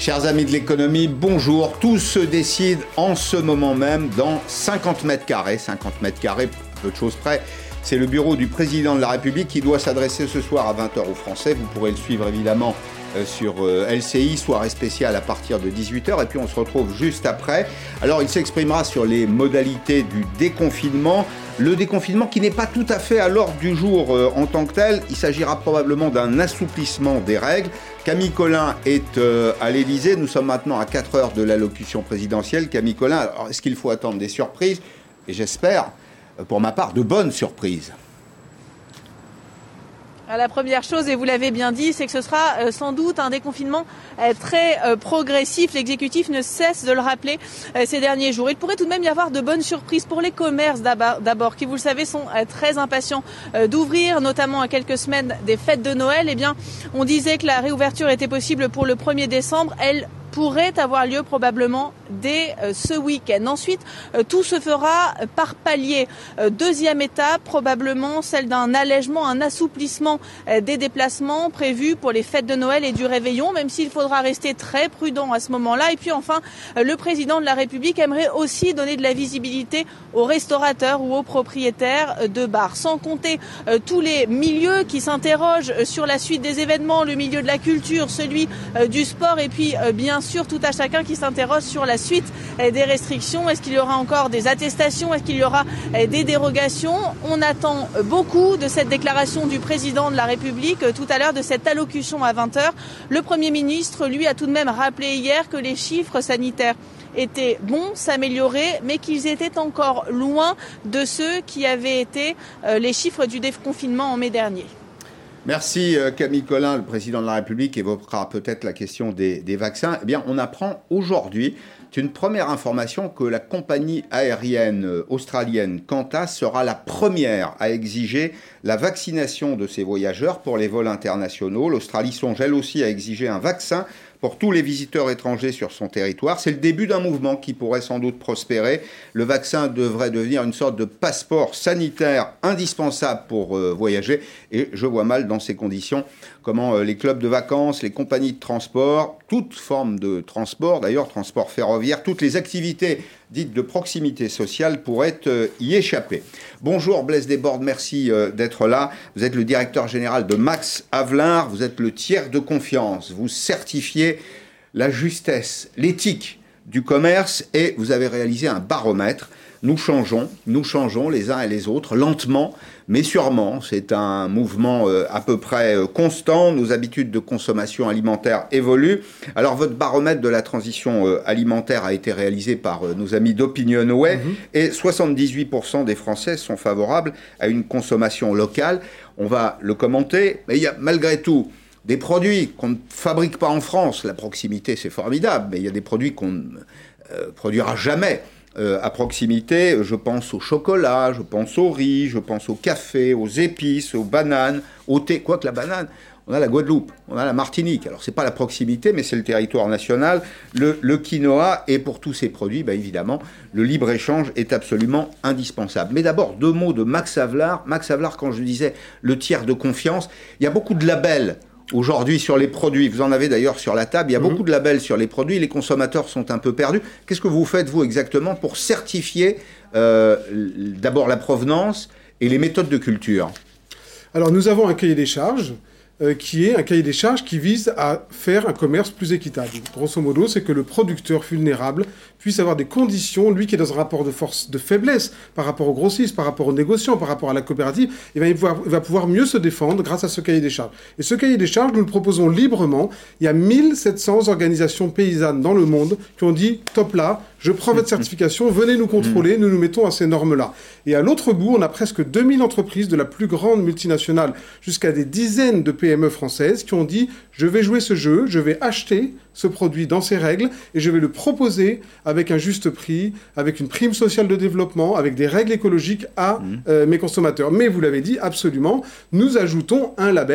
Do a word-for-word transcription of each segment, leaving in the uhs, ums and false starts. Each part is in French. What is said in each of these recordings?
Chers amis de l'économie, bonjour. Tout se décide en ce moment même dans cinquante mètres carrés. cinquante mètres carrés, peu de choses près. C'est le bureau du président de la République qui doit s'adresser ce soir à vingt heures aux Français. Vous pourrez le suivre évidemment euh, sur euh, L C I, soirée spéciale à partir de dix-huit heures. Et puis on se retrouve juste après. Alors il s'exprimera sur les modalités du déconfinement. Le déconfinement qui n'est pas tout à fait à l'ordre du jour euh, en tant que tel. Il s'agira probablement d'un assouplissement des règles. Camille Collin est euh, à l'Élysée. Nous sommes maintenant à quatre heures de l'allocution présidentielle. Camille Collin, alors, est-ce qu'il faut attendre des surprises ? Et j'espère, pour ma part, de bonnes surprises. La première chose, et vous l'avez bien dit, c'est que ce sera euh, sans doute un déconfinement euh, très euh, progressif. L'exécutif ne cesse de le rappeler euh, ces derniers jours. Il pourrait tout de même y avoir de bonnes surprises pour les commerces d'abord, d'abord qui, vous le savez, sont euh, très impatients euh, d'ouvrir, notamment à quelques semaines des fêtes de Noël. Eh bien, on disait que la réouverture était possible pour le premier décembre. Elle pourrait avoir lieu probablement dès euh, ce week-end. Ensuite, euh, tout se fera par palier. Euh, deuxième étape, probablement celle d'un allègement, un assouplissement euh, des déplacements prévus pour les fêtes de Noël et du Réveillon, même s'il faudra rester très prudent à ce moment-là. Et puis enfin, euh, le président de la République aimerait aussi donner de la visibilité aux restaurateurs ou aux propriétaires euh, de bars, sans compter euh, tous les milieux qui s'interrogent euh, sur la suite des événements, le milieu de la culture, celui euh, du sport et puis euh, bien sûr tout à chacun qui s'interroge sur la suite des restrictions. Est-ce qu'il y aura encore des attestations? Est-ce qu'il y aura des dérogations? On attend beaucoup de cette déclaration du président de la République tout à l'heure, de cette allocution à vingt heures. Le Premier ministre, lui, a tout de même rappelé hier que les chiffres sanitaires étaient bons, s'amélioraient, mais qu'ils étaient encore loin de ceux qui avaient été les chiffres du déconfinement en mai dernier. Merci Camille Collin. Le président de la République évoquera peut-être la question des, des vaccins. Eh bien, on apprend aujourd'hui, c'est une première information, que la compagnie aérienne australienne Qantas sera la première à exiger la vaccination de ses voyageurs pour les vols internationaux. L'Australie songe elle aussi à exiger un vaccin pour tous les visiteurs étrangers sur son territoire. C'est le début d'un mouvement qui pourrait sans doute prospérer. Le vaccin devrait devenir une sorte de passeport sanitaire indispensable pour euh, voyager. Et je vois mal dans ces conditions comment euh, les clubs de vacances, les compagnies de transport, toute forme de transport, d'ailleurs transport ferroviaire, toutes les activités dites de proximité sociale pourraient euh, y échapper. Bonjour Blaise Desbordes, merci euh, d'être là. Vous êtes le directeur général de Max Havelaar, vous êtes le tiers de confiance, vous certifiez la justesse, l'éthique du commerce et vous avez réalisé un baromètre. Nous changeons, nous changeons les uns et les autres, lentement, mais sûrement. C'est un mouvement euh, à peu près euh, constant. Nos habitudes de consommation alimentaire évoluent. Alors, votre baromètre de la transition euh, alimentaire a été réalisé par euh, nos amis d'Opinionway, mmh. et soixante-dix-huit pour cent des Français sont favorables à une consommation locale. On va le commenter, mais il y a malgré tout des produits qu'on ne fabrique pas en France. La proximité, c'est formidable, mais il y a des produits qu'on ne euh, produira jamais Euh, à proximité. Je pense au chocolat, je pense au riz, je pense au café, aux épices, aux bananes, au thé. Quoique la banane, on a la Guadeloupe, on a la Martinique. Alors, c'est pas la proximité, mais c'est le territoire national. Le, le quinoa, et pour tous ces produits, bah, évidemment, le libre-échange est absolument indispensable. Mais d'abord, deux mots de Max Havelaar. Max Havelaar, quand je disais le tiers de confiance, il y a beaucoup de labels aujourd'hui sur les produits. Vous en avez d'ailleurs sur la table. Il y a mmh. beaucoup de labels sur les produits. Les consommateurs sont un peu perdus. Qu'est-ce que vous faites, vous, exactement, pour certifier euh, d'abord la provenance et les méthodes de culture? Alors, nous avons un cahier des charges euh, qui est un cahier des charges qui vise à faire un commerce plus équitable. Grosso modo, c'est que le producteur vulnérable puisse avoir des conditions, lui qui est dans un rapport de force, de faiblesse par rapport aux grossistes, par rapport aux négociants, par rapport à la coopérative, et bien, il, va, il va pouvoir mieux se défendre grâce à ce cahier des charges. Et ce cahier des charges, nous le proposons librement. Il y a mille sept cents organisations paysannes dans le monde qui ont dit « top là, je prends votre certification, venez nous contrôler, nous nous mettons à ces normes-là ». Et à l'autre bout, on a presque deux mille entreprises de la plus grande multinationale jusqu'à des dizaines de P M E françaises qui ont dit « je vais jouer ce jeu, je vais acheter ce produit dans ses règles et je vais le proposer avec un juste prix, avec une prime sociale de développement, avec des règles écologiques à mmh. euh, mes consommateurs ». Mais vous l'avez dit, absolument, nous ajoutons un label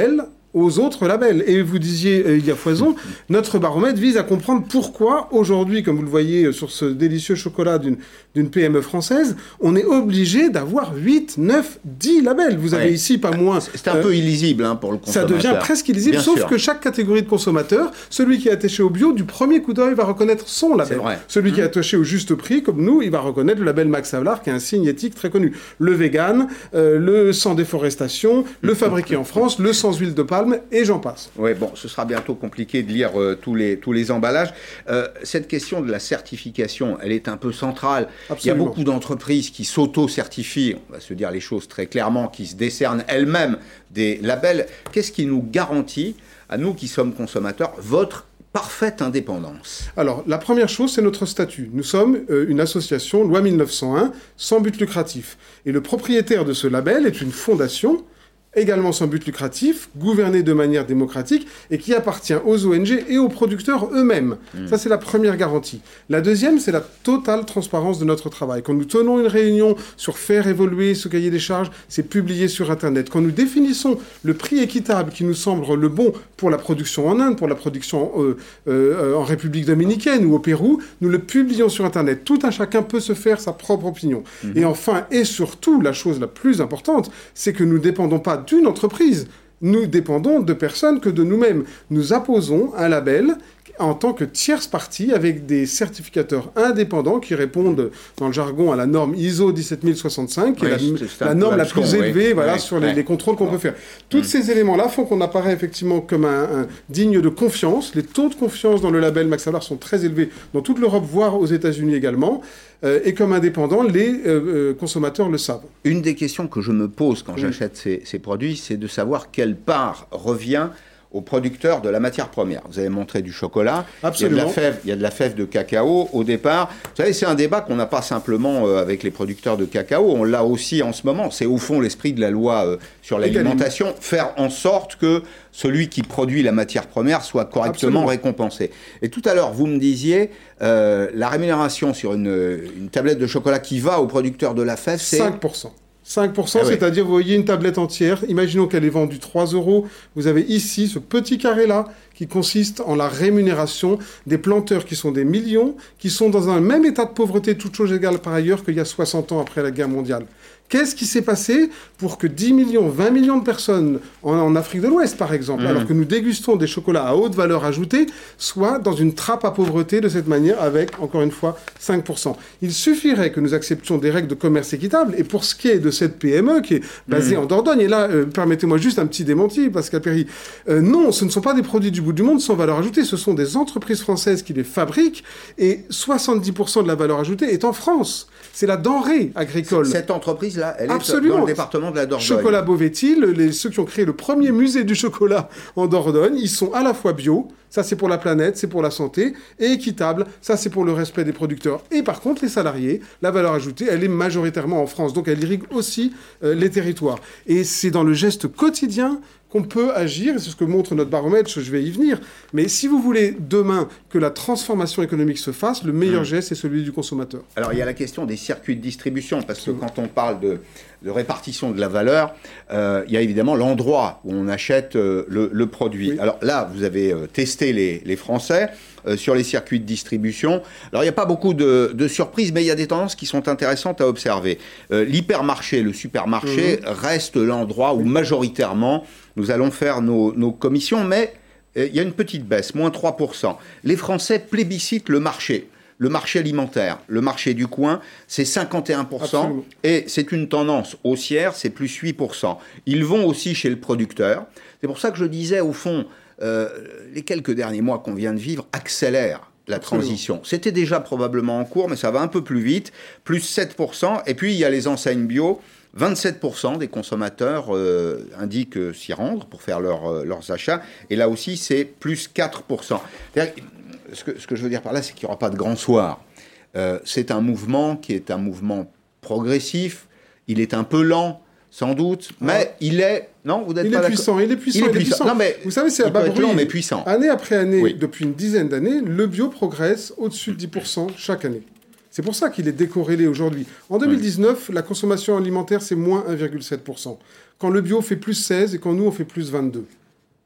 aux autres labels. Et vous disiez, euh, il y a foison, notre baromètre vise à comprendre pourquoi, aujourd'hui, comme vous le voyez sur ce délicieux chocolat d'une, d'une P M E française, on est obligé d'avoir huit, neuf, dix labels. Vous avez ouais. ici pas moins... C'est un euh, peu illisible hein, pour le consommateur. Ça devient presque illisible, Bien sauf sûr. que chaque catégorie de consommateur, celui qui est attaché au bio, du premier coup d'œil, va reconnaître son label. Celui mmh. qui est attaché au juste prix, comme nous, il va reconnaître le label Max Havelaar, qui est un signe éthique très connu. Le vegan, euh, le sans déforestation, le fabriqué en France, le sans huile de palme, et j'en passe. Oui, bon, ce sera bientôt compliqué de lire euh, tous, les, tous les emballages. Euh, cette question de la certification, elle est un peu centrale. Absolument. Il y a beaucoup d'entreprises qui s'auto-certifient, on va se dire les choses très clairement, qui se décernent elles-mêmes des labels. Qu'est-ce qui nous garantit, à nous qui sommes consommateurs, votre parfaite indépendance? Alors, la première chose, c'est notre statut. Nous sommes euh, une association, loi mille neuf cent un, sans but lucratif. Et le propriétaire de ce label est une fondation, également sans but lucratif, gouvernée de manière démocratique et qui appartient aux O N G et aux producteurs eux-mêmes. Mmh. Ça, c'est la première garantie. La deuxième, c'est la totale transparence de notre travail. Quand nous tenons une réunion sur faire évoluer ce cahier des charges, c'est publié sur Internet. Quand nous définissons le prix équitable qui nous semble le bon pour la production en Inde, pour la production euh, euh, en République dominicaine ou au Pérou, nous le publions sur Internet. Tout un chacun peut se faire sa propre opinion. Mmh. Et enfin, et surtout, la chose la plus importante, c'est que nous ne dépendons pas d'une entreprise. Nous dépendons de personnes que de nous-mêmes. Nous apposons un label en tant que tierce partie avec des certificateurs indépendants qui répondent dans le jargon à la norme I S O dix-sept mille soixante-cinq, qui oui, est la, la norme la plus élevée oui, voilà, oui, sur les, oui. les contrôles qu'on oui. peut faire. Tous mmh. ces éléments-là font qu'on apparaît effectivement comme un, un digne de confiance. Les taux de confiance dans le label Max Havelaar sont très élevés dans toute l'Europe, voire aux États-Unis également. Euh, et comme indépendants, les euh, euh, consommateurs le savent. Une des questions que je me pose quand oui. j'achète ces, ces produits, c'est de savoir quelle part revient aux producteurs de la matière première. Vous avez montré du chocolat, Absolument. Il y a de la fève, il y a de la fève de cacao au départ. Vous savez, c'est un débat qu'on n'a pas simplement euh, avec les producteurs de cacao, on l'a aussi en ce moment. C'est au fond l'esprit de la loi euh, sur l'alimentation, faire en sorte que celui qui produit la matière première soit correctement Absolument. récompensé. Et tout à l'heure, vous me disiez, euh, la rémunération sur une, une tablette de chocolat qui va aux producteurs de la fève, c'est... cinq pour cent. cinq pour cent, ah c'est-à-dire, oui. vous voyez une tablette entière, imaginons qu'elle est vendue trois euros, vous avez ici ce petit carré-là qui consiste en la rémunération des planteurs qui sont des millions, qui sont dans un même état de pauvreté, toutes choses égales par ailleurs, qu'il y a soixante ans après la guerre mondiale. Qu'est-ce qui s'est passé pour que dix millions, vingt millions de personnes en, en Afrique de l'Ouest, par exemple, mmh. alors que nous dégustons des chocolats à haute valeur ajoutée, soient dans une trappe à pauvreté de cette manière avec, encore une fois, cinq pour cent. Il suffirait que nous acceptions des règles de commerce équitable. Et pour ce qui est de cette P M E qui est basée mmh. en Dordogne, et là, euh, permettez-moi juste un petit démenti, Pascal Perry, euh, non, ce ne sont pas des produits du bout du monde sans valeur ajoutée, ce sont des entreprises françaises qui les fabriquent, et soixante-dix pour cent de la valeur ajoutée est en France. C'est la denrée agricole. Cette entreprise-là, elle Absolument. est dans le département de la Dordogne. Chocolat Beauvais-Til, les, ceux qui ont créé le premier musée du chocolat en Dordogne, ils sont à la fois bio, ça c'est pour la planète, c'est pour la santé, et équitable, ça c'est pour le respect des producteurs. Et par contre, les salariés, la valeur ajoutée, elle est majoritairement en France, donc elle irrigue aussi euh, les territoires. Et c'est dans le geste quotidien qu'on peut agir, et c'est ce que montre notre baromètre, je vais y venir. Mais si vous voulez demain que la transformation économique se fasse, le meilleur mmh. geste, c'est celui du consommateur. Alors il y a la question des circuits de distribution, parce que quand on parle de, de répartition de la valeur, euh, il y a évidemment l'endroit où on achète euh, le, le produit. Oui. Alors là, vous avez euh, testé les, les Français euh, sur les circuits de distribution. Alors il n'y a pas beaucoup de, de surprises, mais il y a des tendances qui sont intéressantes à observer. Euh, l'hypermarché, le supermarché, mmh. reste l'endroit où majoritairement nous allons faire nos, nos commissions, mais il euh, y a une petite baisse, moins trois pour cent. Les Français plébiscitent le marché. Le marché alimentaire, le marché du coin, c'est cinquante et un pour cent. Absolument. Et c'est une tendance haussière, c'est plus huit pour cent. Ils vont aussi chez le producteur. C'est pour ça que je disais, au fond, euh, les quelques derniers mois qu'on vient de vivre accélèrent la Absolument. transition. C'était déjà probablement en cours, mais ça va un peu plus vite, plus sept pour cent. Et puis, il y a les enseignes bio. vingt-sept pour cent des consommateurs euh, indiquent s'y rendre pour faire leur, euh, leurs achats. Et là aussi, c'est plus quatre pour cent. Ce que, ce que je veux dire par là, c'est qu'il n'y aura pas de grand soir. Euh, c'est un mouvement qui est un mouvement progressif. Il est un peu lent, sans doute, mais ah. il est... Non, vous n'êtes il pas est puissant, il est puissant, il est puissant. puissant. Non, mais vous savez, c'est à bas bruit. Lent, mais puissant. Année après année, oui. depuis une dizaine d'années, le bio progresse au-dessus de dix pour cent chaque année. C'est pour ça qu'il est décorrélé aujourd'hui. En deux mille dix-neuf, oui. la consommation alimentaire, c'est moins un virgule sept pour cent. Quand le bio fait plus seize et quand nous, on fait plus vingt-deux.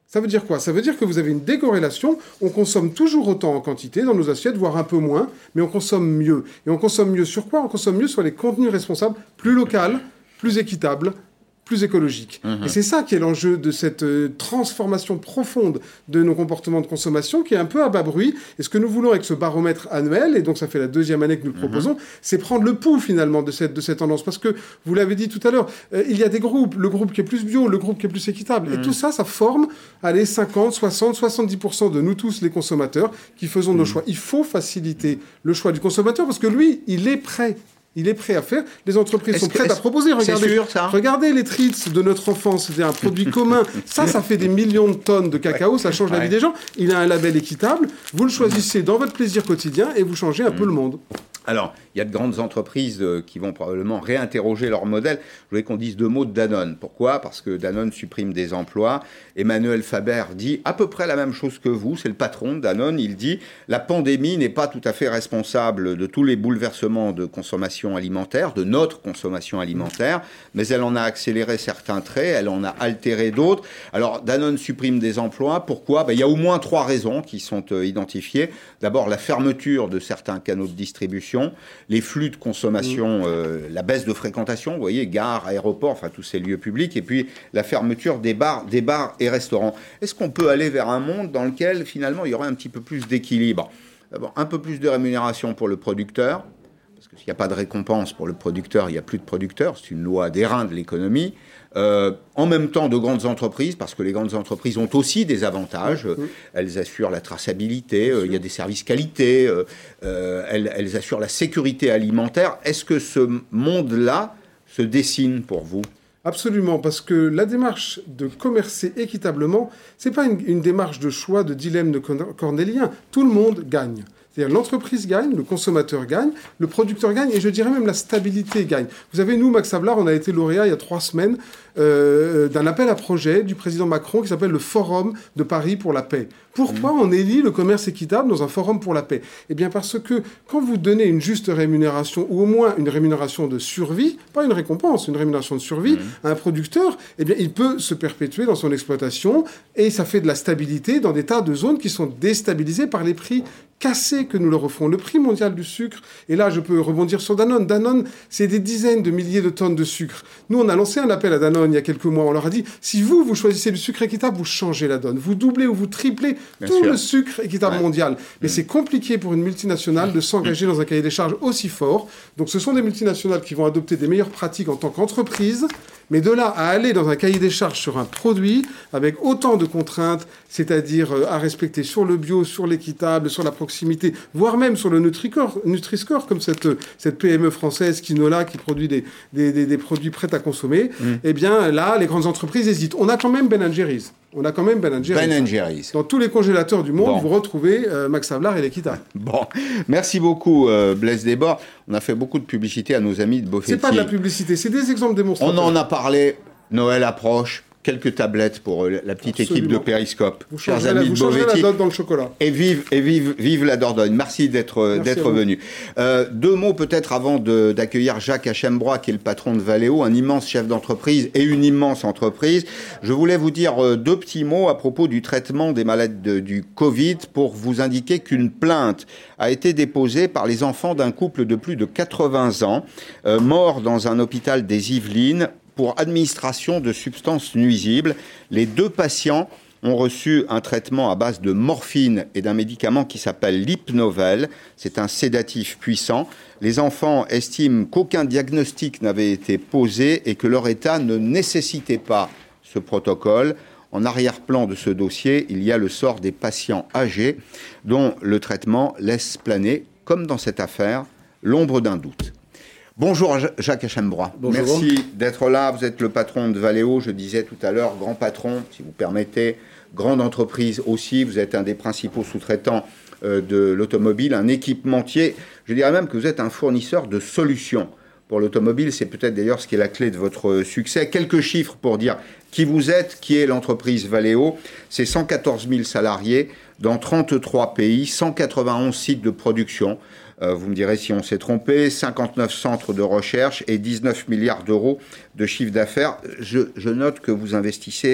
Ça veut dire quoi? Ça veut dire que vous avez une décorrélation, on consomme toujours autant en quantité dans nos assiettes, voire un peu moins, mais on consomme mieux. Et on consomme mieux sur quoi? On consomme mieux sur les contenus responsables, plus local, plus équitable, plus écologique. Mmh. Et c'est ça qui est l'enjeu de cette euh, transformation profonde de nos comportements de consommation qui est un peu à bas bruit. Et ce que nous voulons avec ce baromètre annuel, et donc ça fait la deuxième année que nous le proposons, mmh. c'est prendre le pouls finalement de cette, de cette tendance. Parce que, vous l'avez dit tout à l'heure, euh, il y a des groupes, le groupe qui est plus bio, le groupe qui est plus équitable. Mmh. Et tout ça, ça forme, allez, cinquante, soixante, soixante-dix pour cent de nous tous les consommateurs qui faisons mmh. nos choix. Il faut faciliter le choix du consommateur parce que lui, il est prêt. Il est prêt à faire. Les entreprises sont prêtes à proposer. Regardez, c'est sûr, ça. Regardez les treats de notre enfance. C'était un produit commun. Ça, ça fait des millions de tonnes de cacao. Ouais. Ça change ouais. la vie des gens. Il a un label équitable. Vous le choisissez dans votre plaisir quotidien et vous changez un mmh. peu le monde. Alors, il y a de grandes entreprises euh, qui vont probablement réinterroger leur modèle. Je voulais qu'on dise deux mots de Danone. Pourquoi? Parce que Danone supprime des emplois. Emmanuel Faber dit à peu près la même chose que vous. C'est le patron de Danone. Il dit la pandémie n'est pas tout à fait responsable de tous les bouleversements de consommation alimentaire, de notre consommation alimentaire, mais elle en a accéléré certains traits, elle en a altéré d'autres. Alors, Danone supprime des emplois. Pourquoi? Ben, il y a au moins trois raisons qui sont euh, identifiées. D'abord, la fermeture de certains canaux de distribution, les flux de consommation, euh, la baisse de fréquentation, vous voyez, gares, aéroports, enfin tous ces lieux publics, et puis la fermeture des bars, des bars et restaurants. Est-ce qu'on peut aller vers un monde dans lequel, finalement, il y aurait un petit peu plus d'équilibre? D'abord, un peu plus de rémunération pour le producteur, parce que s'il n'y a pas de récompense pour le producteur, il n'y a plus de producteurs, c'est une loi d'airain de l'économie. Euh, en même temps, de grandes entreprises, parce que les grandes entreprises ont aussi des avantages. Euh, elles assurent la traçabilité, euh, il y a des services qualité, euh, euh, elles, elles assurent la sécurité alimentaire. Est-ce que ce monde-là se dessine pour vous ? Absolument, parce que la démarche de commercer équitablement, c'est pas une, une démarche de choix, de dilemme de cornélien. Tout le monde gagne. C'est-à-dire l'entreprise gagne, le consommateur gagne, le producteur gagne, et je dirais même la stabilité gagne. Vous savez, nous, Max Havelaar, on a été lauréat il y a trois semaines euh, d'un appel à projet du président Macron qui s'appelle le Forum de Paris pour la paix. Pourquoi on élit le commerce équitable dans un forum pour la paix? Eh bien parce que quand vous donnez une juste rémunération, ou au moins une rémunération de survie, pas une récompense, une rémunération de survie, mmh. à un producteur, eh bien il peut se perpétuer dans son exploitation, et ça fait de la stabilité dans des tas de zones qui sont déstabilisées par les prix cassés que nous leur offrons. Le prix mondial du sucre, et là je peux rebondir sur Danone. Danone, c'est des dizaines de milliers de tonnes de sucre. Nous, on a lancé un appel à Danone il y a quelques mois. On leur a dit, si vous, vous choisissez du sucre équitable, vous changez la donne. Vous doublez ou vous triplez Bien tout sûr. Le sucre équitable ouais. mondial. Mais mmh. c'est compliqué pour une multinationale de s'engager mmh. dans un cahier des charges aussi fort. Donc ce sont des multinationales qui vont adopter des meilleures pratiques en tant qu'entreprise. Mais de là à aller dans un cahier des charges sur un produit avec autant de contraintes, c'est-à-dire à respecter sur le bio, sur l'équitable, sur la proximité, voire même sur le Nutri-Score, Nutri-Score comme cette, cette P M E française Quinola qui produit des, des, des, des produits prêts à consommer, mmh. eh bien là, les grandes entreprises hésitent. On a quand même Ben and Jerry's. On a quand même Ben and Jerry's. Ben and Jerry's. Dans tous les congélateurs du monde, bon. vous retrouvez euh, Max Havelaar et l'équitable. Bon, merci beaucoup euh, Blaise Desbordes. On a fait beaucoup de publicité à nos amis de Beaufettier. C'est pas de la publicité, c'est des exemples démonstrateurs. On en a parlé, Noël approche. Quelques tablettes pour la petite Absolument. Équipe de Périscope. Vous changerez, la, vous changerez la dot dans le chocolat. Et vive, et vive, vive la Dordogne. Merci d'être, d'être venu. Euh, deux mots peut-être avant de, d'accueillir Jacques Hachembrois, qui est le patron de Valeo, un immense chef d'entreprise et une immense entreprise. Je voulais vous dire euh, deux petits mots à propos du traitement des malades de, du Covid pour vous indiquer qu'une plainte a été déposée par les enfants d'un couple de plus de quatre-vingts ans, euh, mort dans un hôpital des Yvelines, pour administration de substances nuisibles. Les deux patients ont reçu un traitement à base de morphine et d'un médicament qui s'appelle l'Hypnovel. C'est un sédatif puissant. Les enfants estiment qu'aucun diagnostic n'avait été posé et que leur état ne nécessitait pas ce protocole. En arrière-plan de ce dossier, il y a le sort des patients âgés dont le traitement laisse planer, comme dans cette affaire, l'ombre d'un doute. Bonjour Jacques Hachembrois. Bonjour. Merci d'être là. Vous êtes le patron de Valeo, je disais tout à l'heure, grand patron, si vous permettez, grande entreprise aussi. Vous êtes un des principaux sous-traitants euh, de l'automobile, un équipementier. Je dirais même que vous êtes un fournisseur de solutions pour l'automobile. C'est peut-être d'ailleurs ce qui est la clé de votre succès. Quelques chiffres pour dire qui vous êtes, qui est l'entreprise Valeo. C'est cent quatorze mille salariés dans trente-trois pays, cent quatre-vingt-onze sites de production. Euh, vous me direz si on s'est trompé, cinquante-neuf centres de recherche et dix-neuf milliards d'euros de chiffre d'affaires. Je, je note que vous investissez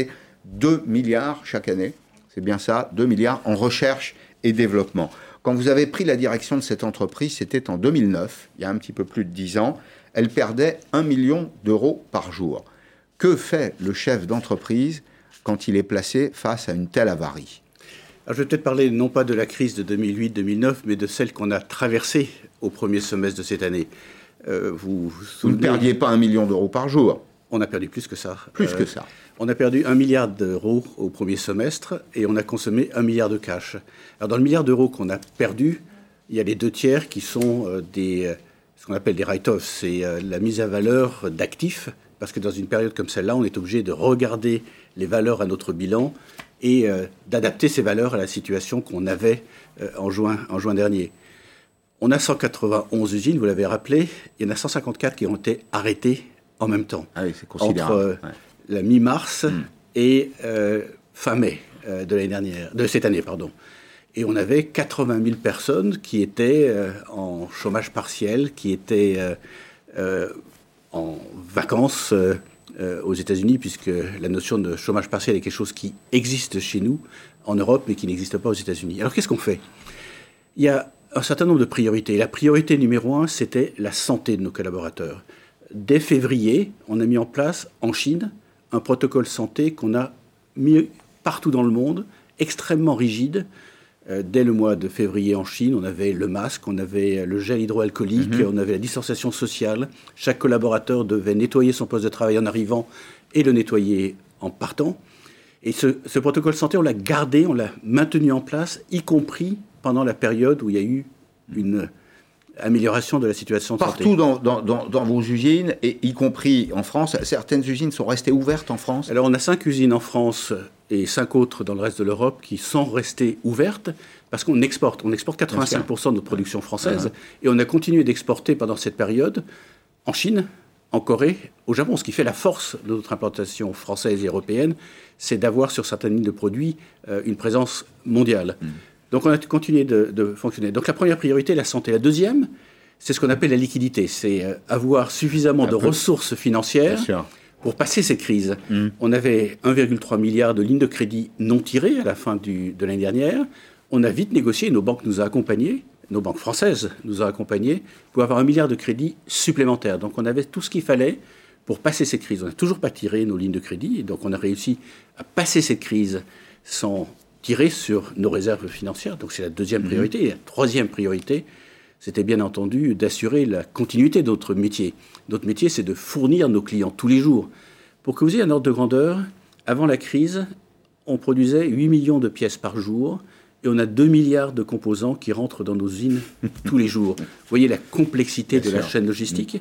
deux milliards chaque année. C'est bien ça, deux milliards en recherche et développement. Quand vous avez pris la direction de cette entreprise, c'était en deux mille neuf, il y a un petit peu plus de dix ans. Elle perdait un million d'euros par jour. Que fait le chef d'entreprise quand il est placé face à une telle avarie ? Alors, je vais peut-être parler non pas de la crise de deux mille huit deux mille neuf, mais de celle qu'on a traversée au premier semestre de cette année. Euh, vous, vous, vous ne perdiez pas un million d'euros par jour ? On a perdu plus que ça. Plus euh, que ça. On a perdu un milliard d'euros au premier semestre et on a consommé un milliard de cash. Alors, dans le milliard d'euros qu'on a perdu, il y a les deux tiers qui sont euh, des, euh, ce qu'on appelle des write-offs. C'est euh, la mise à valeur d'actifs, parce que dans une période comme celle-là, on est obligé de regarder les valeurs à notre bilan et euh, d'adapter ces valeurs à la situation qu'on avait euh, en, juin, en juin dernier. On a cent quatre-vingt-onze usines, vous l'avez rappelé, il y en a cent cinquante-quatre qui ont été arrêtées en même temps. Ah oui, c'est considérable. Entre euh, ouais. la mi-mars mmh. et euh, fin mai euh, de l'année dernière, de cette année, pardon. Et on avait quatre-vingt mille personnes qui étaient euh, en chômage partiel, qui étaient euh, euh, en vacances euh, euh, aux États-Unis, puisque la notion de chômage partiel est quelque chose qui existe chez nous, en Europe, mais qui n'existe pas aux États-Unis. Alors, qu'est-ce qu'on fait ? Il y a un certain nombre de priorités. La priorité numéro un, c'était la santé de nos collaborateurs. Dès février, on a mis en place, en Chine, un protocole santé qu'on a mis partout dans le monde, extrêmement rigide. Euh, dès le mois de février en Chine, on avait le masque, on avait le gel hydroalcoolique, mmh. on avait la distanciation sociale. Chaque collaborateur devait nettoyer son poste de travail en arrivant et le nettoyer en partant. Et ce, ce protocole santé, on l'a gardé, on l'a maintenu en place, y compris pendant la période où il y a eu une amélioration de la situation de Partout santé. Partout dans, dans, dans vos usines, et y compris en France, certaines usines sont restées ouvertes en France ? Alors on a cinq usines en France et cinq autres dans le reste de l'Europe qui sont restées ouvertes parce qu'on exporte. On exporte quatre-vingt-cinq pour cent de notre production française uh-huh. et on a continué d'exporter pendant cette période en Chine, en Corée, au Japon. Ce qui fait la force de notre implantation française et européenne, c'est d'avoir sur certaines lignes de produits euh, une présence mondiale. Mm. Donc on a continué de, de fonctionner. Donc la première priorité, la santé. La deuxième, c'est ce qu'on appelle la liquidité. C'est euh, avoir suffisamment Un de peu. ressources financières pour passer cette crise. Mm. On avait un virgule trois milliard de lignes de crédit non tirées à la fin du, de l'année dernière. On a vite négocié, nos banques nous ont accompagnés, nos banques françaises nous ont accompagnés pour avoir un milliard de crédits supplémentaires. Donc on avait tout ce qu'il fallait pour passer cette crise. On n'a toujours pas tiré nos lignes de crédit, et donc on a réussi à passer cette crise sans tirer sur nos réserves financières. Donc c'est la deuxième priorité. Mmh. Et la troisième priorité, c'était bien entendu d'assurer la continuité de notre métier. Notre métier, c'est de fournir nos clients tous les jours. Pour que vous ayez un ordre de grandeur, avant la crise, on produisait huit millions de pièces par jour, et on a deux milliards de composants qui rentrent dans nos usines tous les jours. Vous voyez la complexité bien de sûr. La chaîne logistique. Mmh.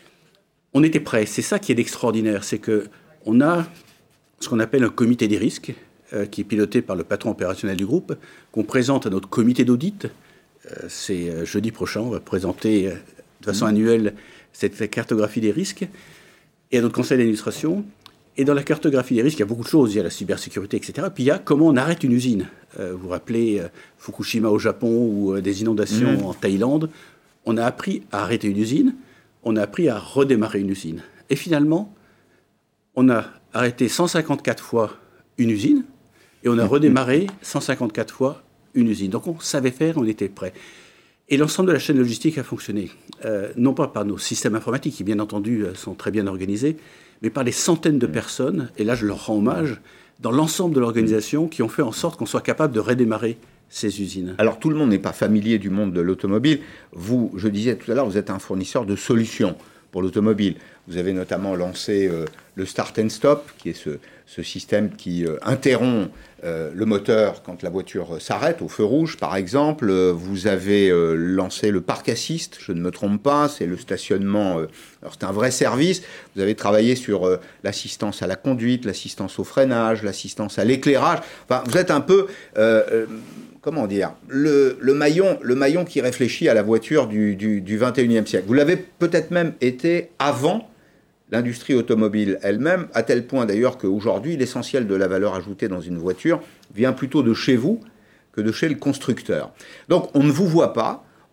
On était prêts. C'est ça qui est extraordinaire. C'est qu'on a ce qu'on appelle un comité des risques, euh, qui est piloté par le patron opérationnel du groupe, qu'on présente à notre comité d'audit. Euh, c'est euh, jeudi prochain, on va présenter euh, de façon mmh. annuelle cette cartographie des risques, et à notre conseil d'administration. Et dans la cartographie des risques, il y a beaucoup de choses. Il y a la cybersécurité, et cetera. Puis il y a comment on arrête une usine. Euh, vous vous rappelez euh, Fukushima au Japon ou euh, des inondations mmh. en Thaïlande. On a appris à arrêter une usine. On a appris à redémarrer une usine. Et finalement, on a arrêté cent cinquante-quatre fois une usine et on a redémarré cent cinquante-quatre fois une usine. Donc on savait faire, on était prêt. Et l'ensemble de la chaîne logistique a fonctionné. Euh, non pas par nos systèmes informatiques, qui bien entendu sont très bien organisés, mais par les centaines de personnes, et là je leur rends hommage, dans l'ensemble de l'organisation, qui ont fait en sorte qu'on soit capable de redémarrer ces usines. Alors tout le monde n'est pas familier du monde de l'automobile. Vous, je disais tout à l'heure, vous êtes un fournisseur de solutions pour l'automobile. Vous avez notamment lancé euh, le Start and Stop, qui est ce, ce système qui euh, interrompt euh, le moteur quand la voiture euh, s'arrête, au feu rouge par exemple. Euh, vous avez euh, lancé le Park Assist, je ne me trompe pas, c'est le stationnement. Euh, alors c'est un vrai service. Vous avez travaillé sur euh, l'assistance à la conduite, l'assistance au freinage, l'assistance à l'éclairage. Enfin, vous êtes un peu... Euh, euh, Comment dire, le, le, maillon, le maillon qui réfléchit à la voiture du, du, du vingt et unième siècle. Vous l'avez peut-être même été avant l'industrie automobile elle-même, à tel point d'ailleurs qu'aujourd'hui, l'essentiel de la valeur ajoutée dans une voiture vient plutôt de chez vous que de chez le constructeur. Donc on ne vous voit pas,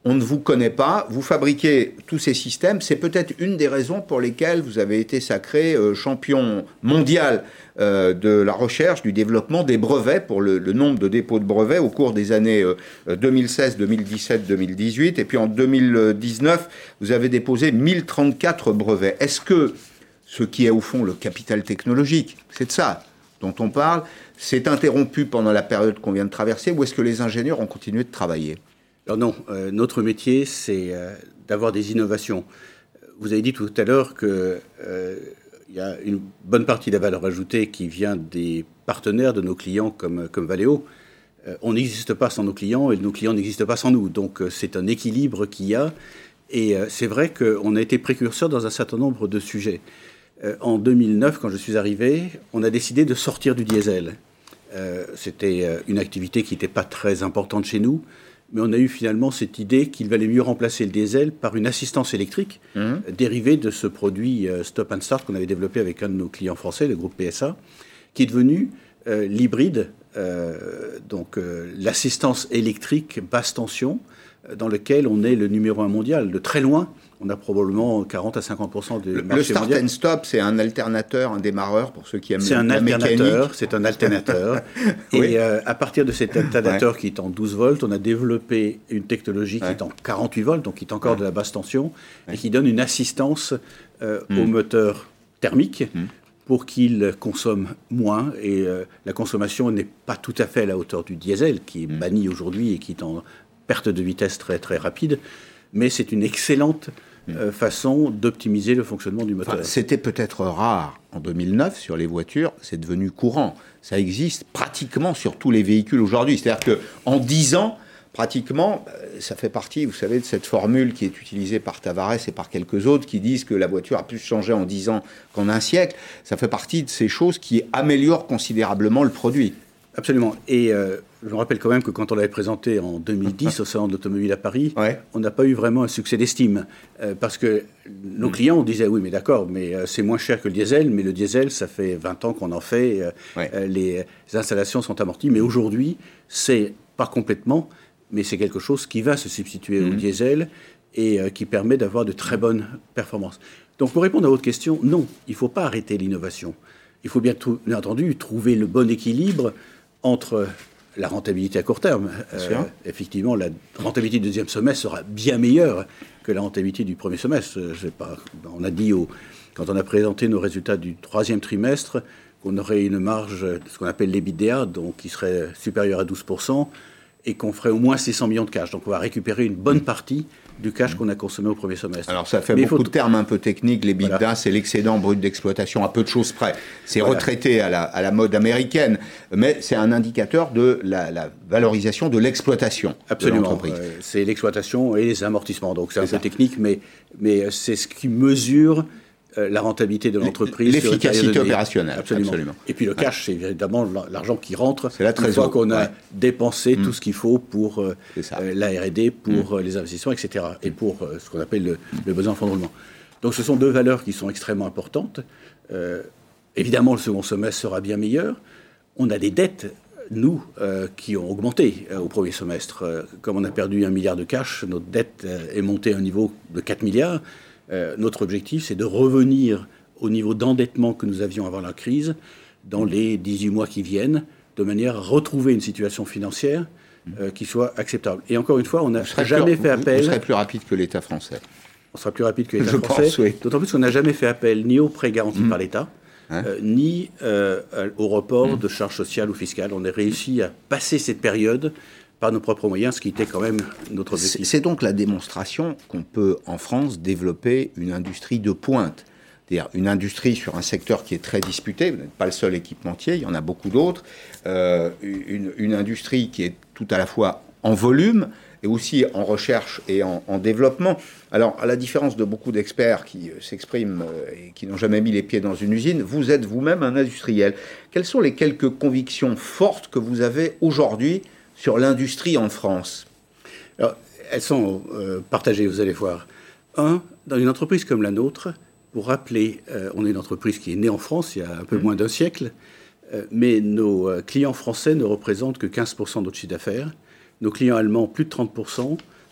on ne vous connaît pas, vous fabriquez tous ces systèmes. C'est peut-être une des raisons pour lesquelles vous avez été sacré euh, champion mondial euh, de la recherche, du développement des brevets, pour le, le nombre de dépôts de brevets au cours des années euh, deux mille seize, deux mille dix-sept, deux mille dix-huit. Et puis en deux mille dix-neuf, vous avez déposé mille trente-quatre brevets. Est-ce que ce qui est au fond le capital technologique, c'est de ça dont on parle, s'est interrompu pendant la période qu'on vient de traverser, ou est-ce que les ingénieurs ont continué de travailler ? Alors non, euh, notre métier, c'est euh, d'avoir des innovations. Vous avez dit tout à l'heure qu'il euh, y a une bonne partie de la valeur ajoutée qui vient des partenaires de nos clients comme, comme Valeo. Euh, on n'existe pas sans nos clients et nos clients n'existent pas sans nous. Donc euh, c'est un équilibre qu'il y a. Et euh, c'est vrai qu'on a été précurseur dans un certain nombre de sujets. Euh, en deux mille neuf, quand je suis arrivé, on a décidé de sortir du diesel. Euh, c'était euh, une activité qui n'était pas très importante chez nous. Mais on a eu finalement cette idée qu'il valait mieux remplacer le diesel par une assistance électrique mmh. euh, dérivée de ce produit euh, Stop and Start qu'on avait développé avec un de nos clients français, le groupe P S A, qui est devenu euh, l'hybride, euh, donc euh, l'assistance électrique basse tension, euh, dans lequel on est le numéro un mondial. De très loin, on a probablement quarante à cinquante pour cent du le, marché le start mondial. And Stop, c'est un alternateur, un démarreur pour ceux qui aiment c'est la, un la alternateur, C'est un alternateur. Oui. Et euh, à partir de cet alternateur ouais. qui est en douze volts, on a développé une technologie qui ouais. est en quarante-huit volts, donc qui est encore ouais. de la basse tension, ouais. et qui donne une assistance euh, mm. au moteur thermique mm. pour qu'il consomme moins. Et euh, la consommation n'est pas tout à fait à la hauteur du diesel, qui est mm. banni aujourd'hui et qui est en perte de vitesse très, très rapide. Mais c'est une excellente euh, façon d'optimiser le fonctionnement du moteur. Enfin, c'était peut-être rare en deux mille neuf sur les voitures, c'est devenu courant. Ça existe pratiquement sur tous les véhicules aujourd'hui. C'est-à-dire qu'en dix ans, pratiquement, ça fait partie, vous savez, de cette formule qui est utilisée par Tavares et par quelques autres qui disent que la voiture a plus changé en dix ans qu'en un siècle. Ça fait partie de ces choses qui améliorent considérablement le produit. Absolument. Et euh, je me rappelle quand même que quand on l'avait présenté en deux mille dix au Salon de l'Automobile à Paris, ouais. on n'a pas eu vraiment un succès d'estime. Euh, parce que nos mmh. clients disaient, oui, mais d'accord, mais euh, c'est moins cher que le diesel, mais le diesel, ça fait vingt ans qu'on en fait, euh, ouais. euh, les, les installations sont amorties. Mais aujourd'hui, c'est pas complètement, mais c'est quelque chose qui va se substituer mmh. au diesel et euh, qui permet d'avoir de très bonnes performances. Donc, pour répondre à votre question, non, il ne faut pas arrêter l'innovation. Il faut bien, tout, bien entendu trouver le bon équilibre entre la rentabilité à court terme. Euh, effectivement, la rentabilité du deuxième semestre sera bien meilleure que la rentabilité du premier semestre. Je sais pas, on a dit, au, quand on a présenté nos résultats du troisième trimestre, qu'on aurait une marge, ce qu'on appelle l'EBITDA, donc qui serait supérieure à douze pour cent, et qu'on ferait au moins six cents millions de cash. Donc on va récupérer une bonne partie du cash qu'on a consommé au premier semestre. Alors ça fait Mais beaucoup faut... de termes un peu techniques. L'EBITDA, voilà. c'est l'excédent brut d'exploitation à peu de choses près. C'est voilà. retraité à la, à la mode américaine, mais c'est un indicateur de la, la valorisation de l'exploitation Absolument. de l'entreprise. Euh, c'est l'exploitation et les amortissements. Donc c'est, c'est un ça. peu technique, mais, mais c'est ce qui mesure la rentabilité de l'entreprise. L'efficacité sur opérationnelle. Absolument. Absolument. Et puis le cash, ouais. c'est évidemment l'argent qui rentre. C'est la trésor. Une fois qu'on a ouais. dépensé mmh. tout ce qu'il faut pour euh, euh, la R et D, pour mmh. les investissements, et cetera. Et pour euh, ce qu'on appelle le, le besoin de fonds de roulement. Donc ce sont deux valeurs qui sont extrêmement importantes. Euh, évidemment, le second semestre sera bien meilleur. On a des dettes, nous, euh, qui ont augmenté euh, au premier semestre. Euh, comme on a perdu un milliard de cash, notre dette euh, est montée à un niveau de quatre milliards. Euh, notre objectif, c'est de revenir au niveau d'endettement que nous avions avant la crise dans les dix-huit mois qui viennent, de manière à retrouver une situation financière euh, qui soit acceptable. Et encore une fois, on n'a jamais plus, fait appel... Vous serez plus rapide que l'État français. On sera plus rapide que l'État Je français, pense, oui. d'autant plus qu'on n'a jamais fait appel ni aux prêts garantis mmh. par l'État, hein euh, ni euh, au report mmh. de charges sociales ou fiscales. On a réussi à passer cette période par nos propres moyens, ce qui était quand même notre objectif. C'est donc la démonstration qu'on peut, en France, développer une industrie de pointe. C'est-à-dire une industrie sur un secteur qui est très disputé, vous n'êtes pas le seul équipementier, il y en a beaucoup d'autres, euh, une, une industrie qui est tout à la fois en volume et aussi en recherche et en, en développement. Alors, à la différence de beaucoup d'experts qui euh, s'expriment euh, et qui n'ont jamais mis les pieds dans une usine, vous êtes vous-même un industriel. Quelles sont les quelques convictions fortes que vous avez aujourd'hui sur l'industrie en France? Alors, elles sont euh, partagées, vous allez voir. Un, dans une entreprise comme la nôtre, pour rappeler, euh, on est une entreprise qui est née en France il y a un peu mmh. moins d'un siècle, euh, mais nos euh, clients français ne représentent que quinze pour cent de notre chiffre d'affaires, nos clients allemands plus de trente pour cent,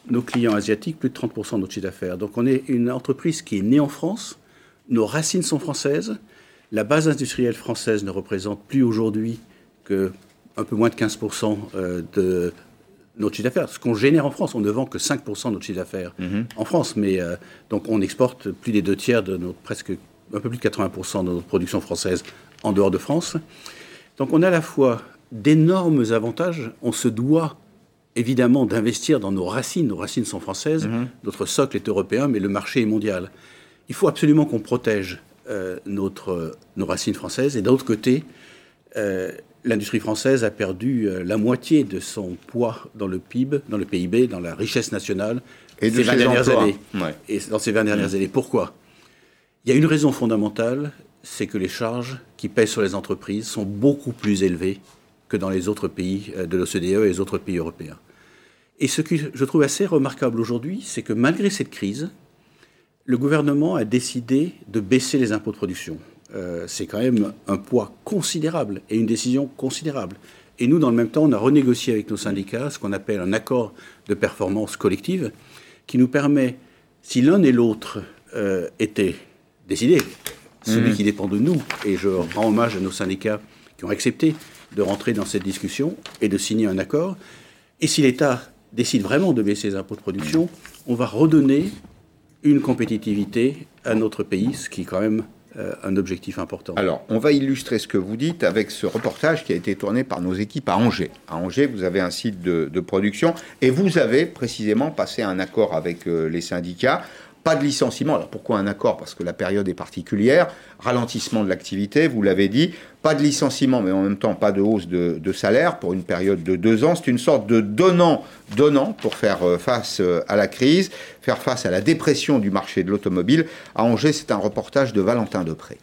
nos clients asiatiques plus de trente pour cent de notre chiffre d'affaires. Donc on est une entreprise qui est née en France, nos racines sont françaises, la base industrielle française ne représente plus aujourd'hui que un peu moins de quinze pour cent de notre chiffre d'affaires. Ce qu'on génère en France, on ne vend que cinq pour cent de notre chiffre d'affaires mmh. en France. Mais euh, donc on exporte plus des deux tiers de notre, presque un peu plus de quatre-vingts pour cent de notre production française en dehors de France. Donc on a à la fois d'énormes avantages. On se doit évidemment d'investir dans nos racines. Nos racines sont françaises, mmh. notre socle est européen, mais le marché est mondial. Il faut absolument qu'on protège euh, notre, nos racines françaises. Et d'un autre côté, euh, l'industrie française a perdu euh, la moitié de son poids dans le P I B, dans le P I B, dans la richesse nationale et ces vingt dernières emplois. années. Ouais. Et dans ces vingt dernières mmh. années. Pourquoi ? Il y a une raison fondamentale, c'est que les charges qui pèsent sur les entreprises sont beaucoup plus élevées que dans les autres pays de l'O C D E et les autres pays européens. Et ce que je trouve assez remarquable aujourd'hui, c'est que malgré cette crise, le gouvernement a décidé de baisser les impôts de production. Euh, c'est quand même un poids considérable et une décision considérable. Et nous, dans le même temps, on a renégocié avec nos syndicats ce qu'on appelle un accord de performance collective qui nous permet, si l'un et l'autre euh, étaient décidés, celui mmh. qui dépend de nous, et je rends hommage à nos syndicats qui ont accepté de rentrer dans cette discussion et de signer un accord, et si l'État décide vraiment de baisser les impôts de production, on va redonner une compétitivité à notre pays, ce qui est quand même euh, un objectif important. Alors, on va illustrer ce que vous dites avec ce reportage qui a été tourné par nos équipes à Angers. À Angers, vous avez un site de, de production et vous avez précisément passé un accord avec euh, les syndicats. Pas de licenciement. Alors pourquoi un accord ? Parce que la période est particulière. Ralentissement de l'activité, vous l'avez dit. Pas de licenciement, mais en même temps pas de hausse de, de salaire pour une période de deux ans. C'est une sorte de donnant-donnant pour faire face à la crise, faire face à la dépression du marché de l'automobile. À Angers, c'est un reportage de Valentin Depré.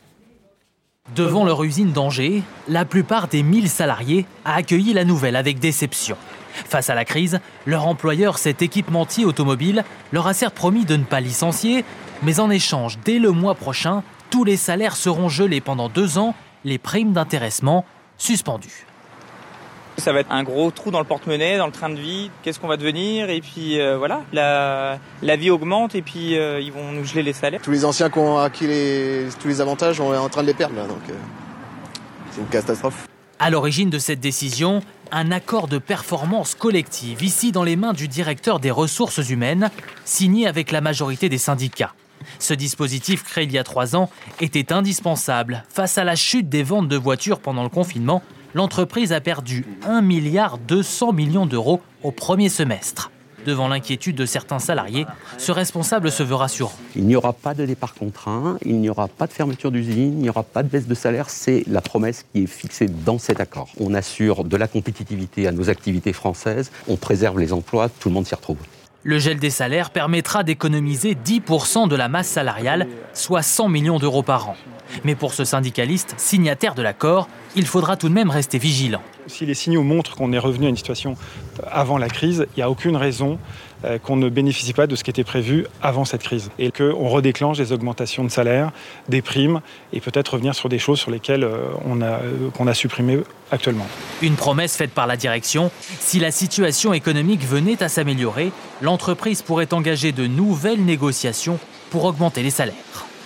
Devant leur usine d'Angers, la plupart des mille salariés a accueilli la nouvelle avec déception. Face à la crise, leur employeur, cet équipementier automobile, leur a certes promis de ne pas licencier, mais en échange, dès le mois prochain, tous les salaires seront gelés pendant deux ans, les primes d'intéressement suspendues. Ça va être un gros trou dans le porte-monnaie, dans le train de vie. Qu'est-ce qu'on va devenir ? Et puis euh, voilà, la, la vie augmente et puis euh, ils vont nous geler les salaires. Tous les anciens qui ont acquis les, tous les avantages, on est en train de les perdre là, donc euh, c'est une catastrophe. À l'origine de cette décision, un accord de performance collective, ici dans les mains du directeur des ressources humaines, signé avec la majorité des syndicats. Ce dispositif, créé il y a trois ans, était indispensable. Face à la chute des ventes de voitures pendant le confinement, l'entreprise a perdu un milliard deux cents millions d'euros au premier semestre. Devant l'inquiétude de certains salariés, ce responsable se veut rassurant. Il n'y aura pas de départ contraint, il n'y aura pas de fermeture d'usine, il n'y aura pas de baisse de salaire. C'est la promesse qui est fixée dans cet accord. On assure de la compétitivité à nos activités françaises, on préserve les emplois, tout le monde s'y retrouve. Le gel des salaires permettra d'économiser dix pour cent de la masse salariale, soit cent millions d'euros par an. Mais pour ce syndicaliste, signataire de l'accord, il faudra tout de même rester vigilant. Si les signaux montrent qu'on est revenu à une situation avant la crise, il n'y a aucune raison qu'on ne bénéficie pas de ce qui était prévu avant cette crise. Et qu'on redéclenche des augmentations de salaire, des primes, et peut-être revenir sur des choses sur lesquelles on a, qu'on a supprimées actuellement. Une promesse faite par la direction, si la situation économique venait à s'améliorer, l'entreprise pourrait engager de nouvelles négociations pour augmenter les salaires.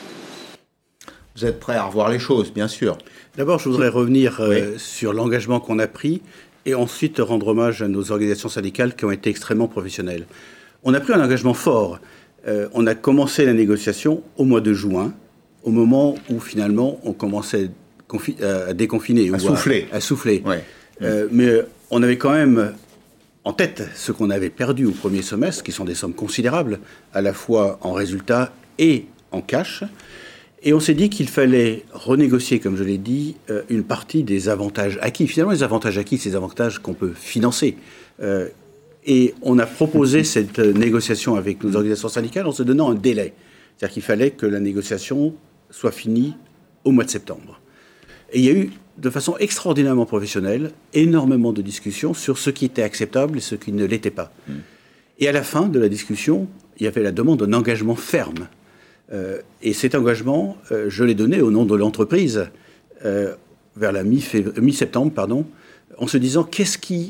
Vous êtes prêts à revoir les choses, bien sûr. D'abord, je voudrais revenir euh, oui. sur l'engagement qu'on a pris et ensuite rendre hommage à nos organisations syndicales qui ont été extrêmement professionnelles. On a pris un engagement fort. Euh, on a commencé la négociation au mois de juin, au moment où finalement on commençait confi- à déconfiner. À ou souffler. À, à souffler. Ouais. Euh, mais on avait quand même en tête ce qu'on avait perdu au premier semestre, qui sont des sommes considérables, à la fois en résultats et en cash. Et on s'est dit qu'il fallait renégocier, comme je l'ai dit, euh, une partie des avantages acquis. Finalement, les avantages acquis, c'est des avantages qu'on peut financer. Euh, et on a proposé cette négociation avec nos organisations syndicales en se donnant un délai. C'est-à-dire qu'il fallait que la négociation soit finie au mois de septembre. Et il y a eu, de façon extraordinairement professionnelle, énormément de discussions sur ce qui était acceptable et ce qui ne l'était pas. Mmh. Et à la fin de la discussion, il y avait la demande d'un engagement ferme. Euh, et cet engagement, euh, je l'ai donné au nom de l'entreprise euh, vers la mi-fév- mi-septembre, pardon, en se disant qu'est-ce qui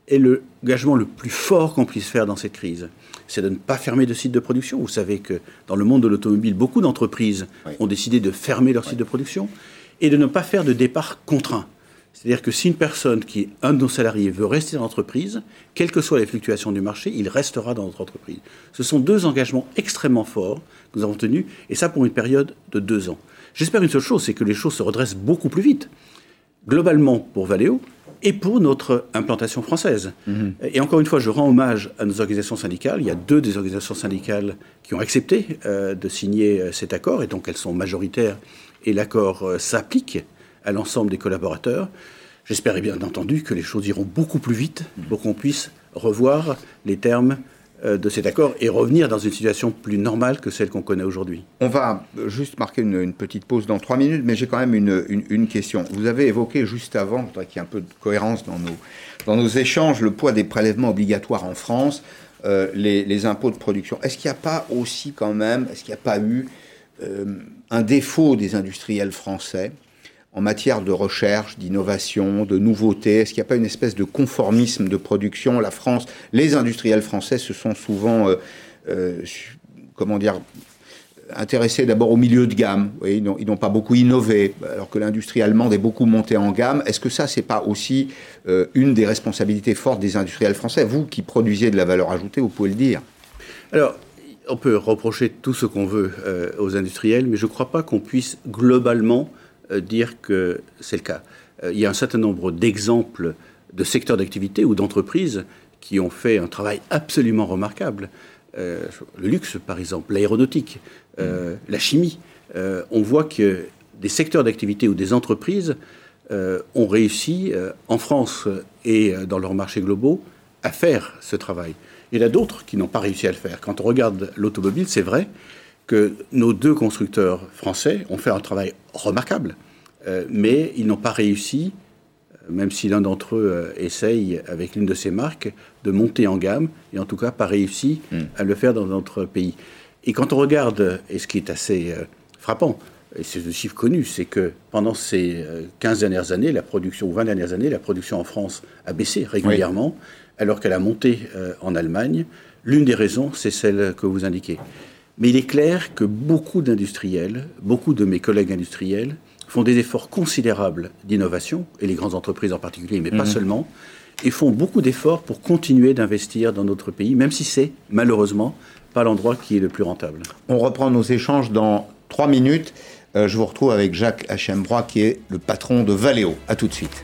est l'engagement le plus fort qu'on puisse faire dans cette crise. C'est de ne pas fermer de sites de production. Vous savez que dans le monde de l'automobile, beaucoup d'entreprises oui. ont décidé de fermer leur oui. site de production et de ne pas faire de départ contraint. C'est-à-dire que si une personne qui est un de nos salariés veut rester dans l'entreprise, quelles que soient les fluctuations du marché, il restera dans notre entreprise. Ce sont deux engagements extrêmement forts que nous avons tenus, et ça pour une période de deux ans. J'espère une seule chose, c'est que les choses se redressent beaucoup plus vite, globalement pour Valeo et pour notre implantation française. Mmh. Et encore une fois, je rends hommage à nos organisations syndicales. Il y a deux des organisations syndicales qui ont accepté euh, de signer euh, cet accord, et donc elles sont majoritaires, et l'accord euh, s'applique à l'ensemble des collaborateurs. J'espère bien entendu que les choses iront beaucoup plus vite pour qu'on puisse revoir les termes de cet accord et revenir dans une situation plus normale que celle qu'on connaît aujourd'hui. On va juste marquer une, une petite pause dans trois minutes, mais j'ai quand même une, une, une question. Vous avez évoqué juste avant, je voudrais qu'il y ait un peu de cohérence dans nos, dans nos échanges, le poids des prélèvements obligatoires en France, euh, les, les impôts de production. Est-ce qu'il n'y a pas aussi quand même, est-ce qu'il n'y a pas eu euh, un défaut des industriels français en matière de recherche, d'innovation, de nouveauté? Est-ce qu'il n'y a pas une espèce de conformisme de production? La France, les industriels français se sont souvent, euh, euh, comment dire, intéressés d'abord au milieu de gamme. Oui, ils, n'ont, ils n'ont pas beaucoup innové, alors que l'industrie allemande est beaucoup montée en gamme. Est-ce que ça, c'est pas aussi euh, une des responsabilités fortes des industriels français? Vous qui produisez de la valeur ajoutée, vous pouvez le dire. Alors, on peut reprocher tout ce qu'on veut euh, aux industriels, mais je ne crois pas qu'on puisse globalement dire que c'est le cas. Il y a un certain nombre d'exemples de secteurs d'activité ou d'entreprises qui ont fait un travail absolument remarquable. Euh, le luxe, par exemple, l'aéronautique, euh, la chimie. Euh, on voit que des secteurs d'activité ou des entreprises euh, ont réussi, euh, en France et dans leurs marchés globaux, à faire ce travail. Il y en a d'autres qui n'ont pas réussi à le faire. Quand on regarde l'automobile, c'est vrai que nos deux constructeurs français ont fait un travail remarquable, euh, mais ils n'ont pas réussi, euh, même si l'un d'entre eux euh, essaye, avec l'une de ces marques, de monter en gamme, et en tout cas pas réussi mmh. à le faire dans notre pays. Et quand on regarde, et ce qui est assez euh, frappant, et c'est le chiffre connu, c'est que pendant ces euh, quinze dernières années, la production, ou vingt dernières années, la production en France a baissé régulièrement, oui. alors qu'elle a monté euh, en Allemagne. L'une des raisons, c'est celle que vous indiquez. Mais il est clair que beaucoup d'industriels, beaucoup de mes collègues industriels, font des efforts considérables d'innovation, et les grandes entreprises en particulier, mais mmh. pas seulement, et font beaucoup d'efforts pour continuer d'investir dans notre pays, même si c'est, malheureusement, pas l'endroit qui est le plus rentable. On reprend nos échanges dans trois minutes. Euh, je vous retrouve avec Jacques Hachembrois, qui est le patron de Valeo. À tout de suite.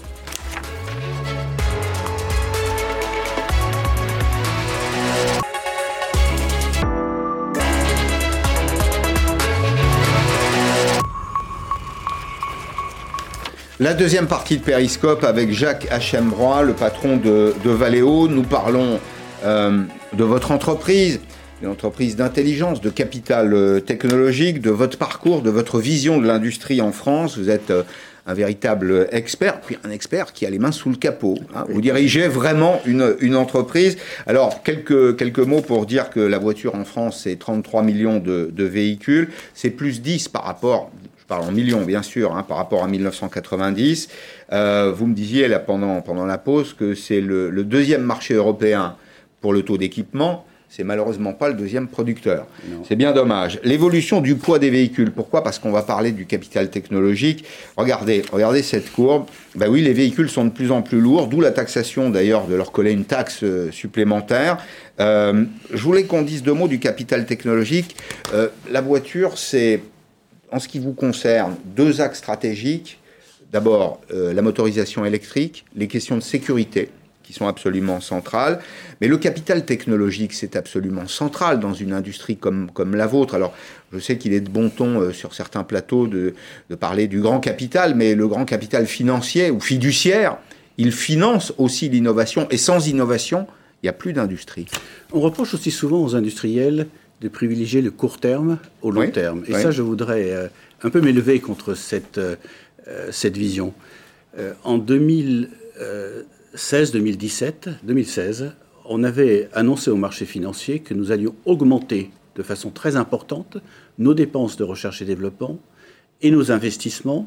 La deuxième partie de Périscope avec Jacques Hachembrois, le patron de, de Valeo. Nous parlons euh, de votre entreprise, une entreprise d'intelligence, de capital euh, technologique, de votre parcours, de votre vision de l'industrie en France. Vous êtes euh, un véritable expert, puis un expert qui a les mains sous le capot. Hein. Vous dirigez vraiment une, une entreprise. Alors, quelques, quelques mots pour dire que la voiture en France, c'est trente-trois millions de, de véhicules. C'est plus dix par rapport... Je parle en millions, bien sûr, hein, par rapport à mille neuf cent quatre-vingt-dix. Euh, vous me disiez, là, pendant, pendant la pause, que c'est le, le deuxième marché européen pour le taux d'équipement. C'est malheureusement pas le deuxième producteur. Non. C'est bien dommage. L'évolution du poids des véhicules. Pourquoi ? Parce qu'on va parler du capital technologique. Regardez, regardez cette courbe. Ben oui, les véhicules sont de plus en plus lourds, d'où la taxation, d'ailleurs, de leur coller une taxe euh, supplémentaire. Euh, je voulais qu'on dise deux mots du capital technologique. Euh, la voiture, c'est... En ce qui vous concerne, deux axes stratégiques. D'abord, euh, la motorisation électrique, les questions de sécurité, qui sont absolument centrales. Mais le capital technologique, c'est absolument central dans une industrie comme, comme la vôtre. Alors, je sais qu'il est de bon ton euh, sur certains plateaux de, de parler du grand capital, mais le grand capital financier ou fiduciaire, il finance aussi l'innovation. Et sans innovation, il n'y a plus d'industrie. On reproche aussi souvent aux industriels de privilégier le court terme au long oui, terme. Et oui. ça, je voudrais euh, un peu m'élever contre cette, euh, cette vision. Euh, en deux mille seize deux mille dix-sept, deux mille seize, on avait annoncé au marché financier que nous allions augmenter de façon très importante nos dépenses de recherche et développement et nos investissements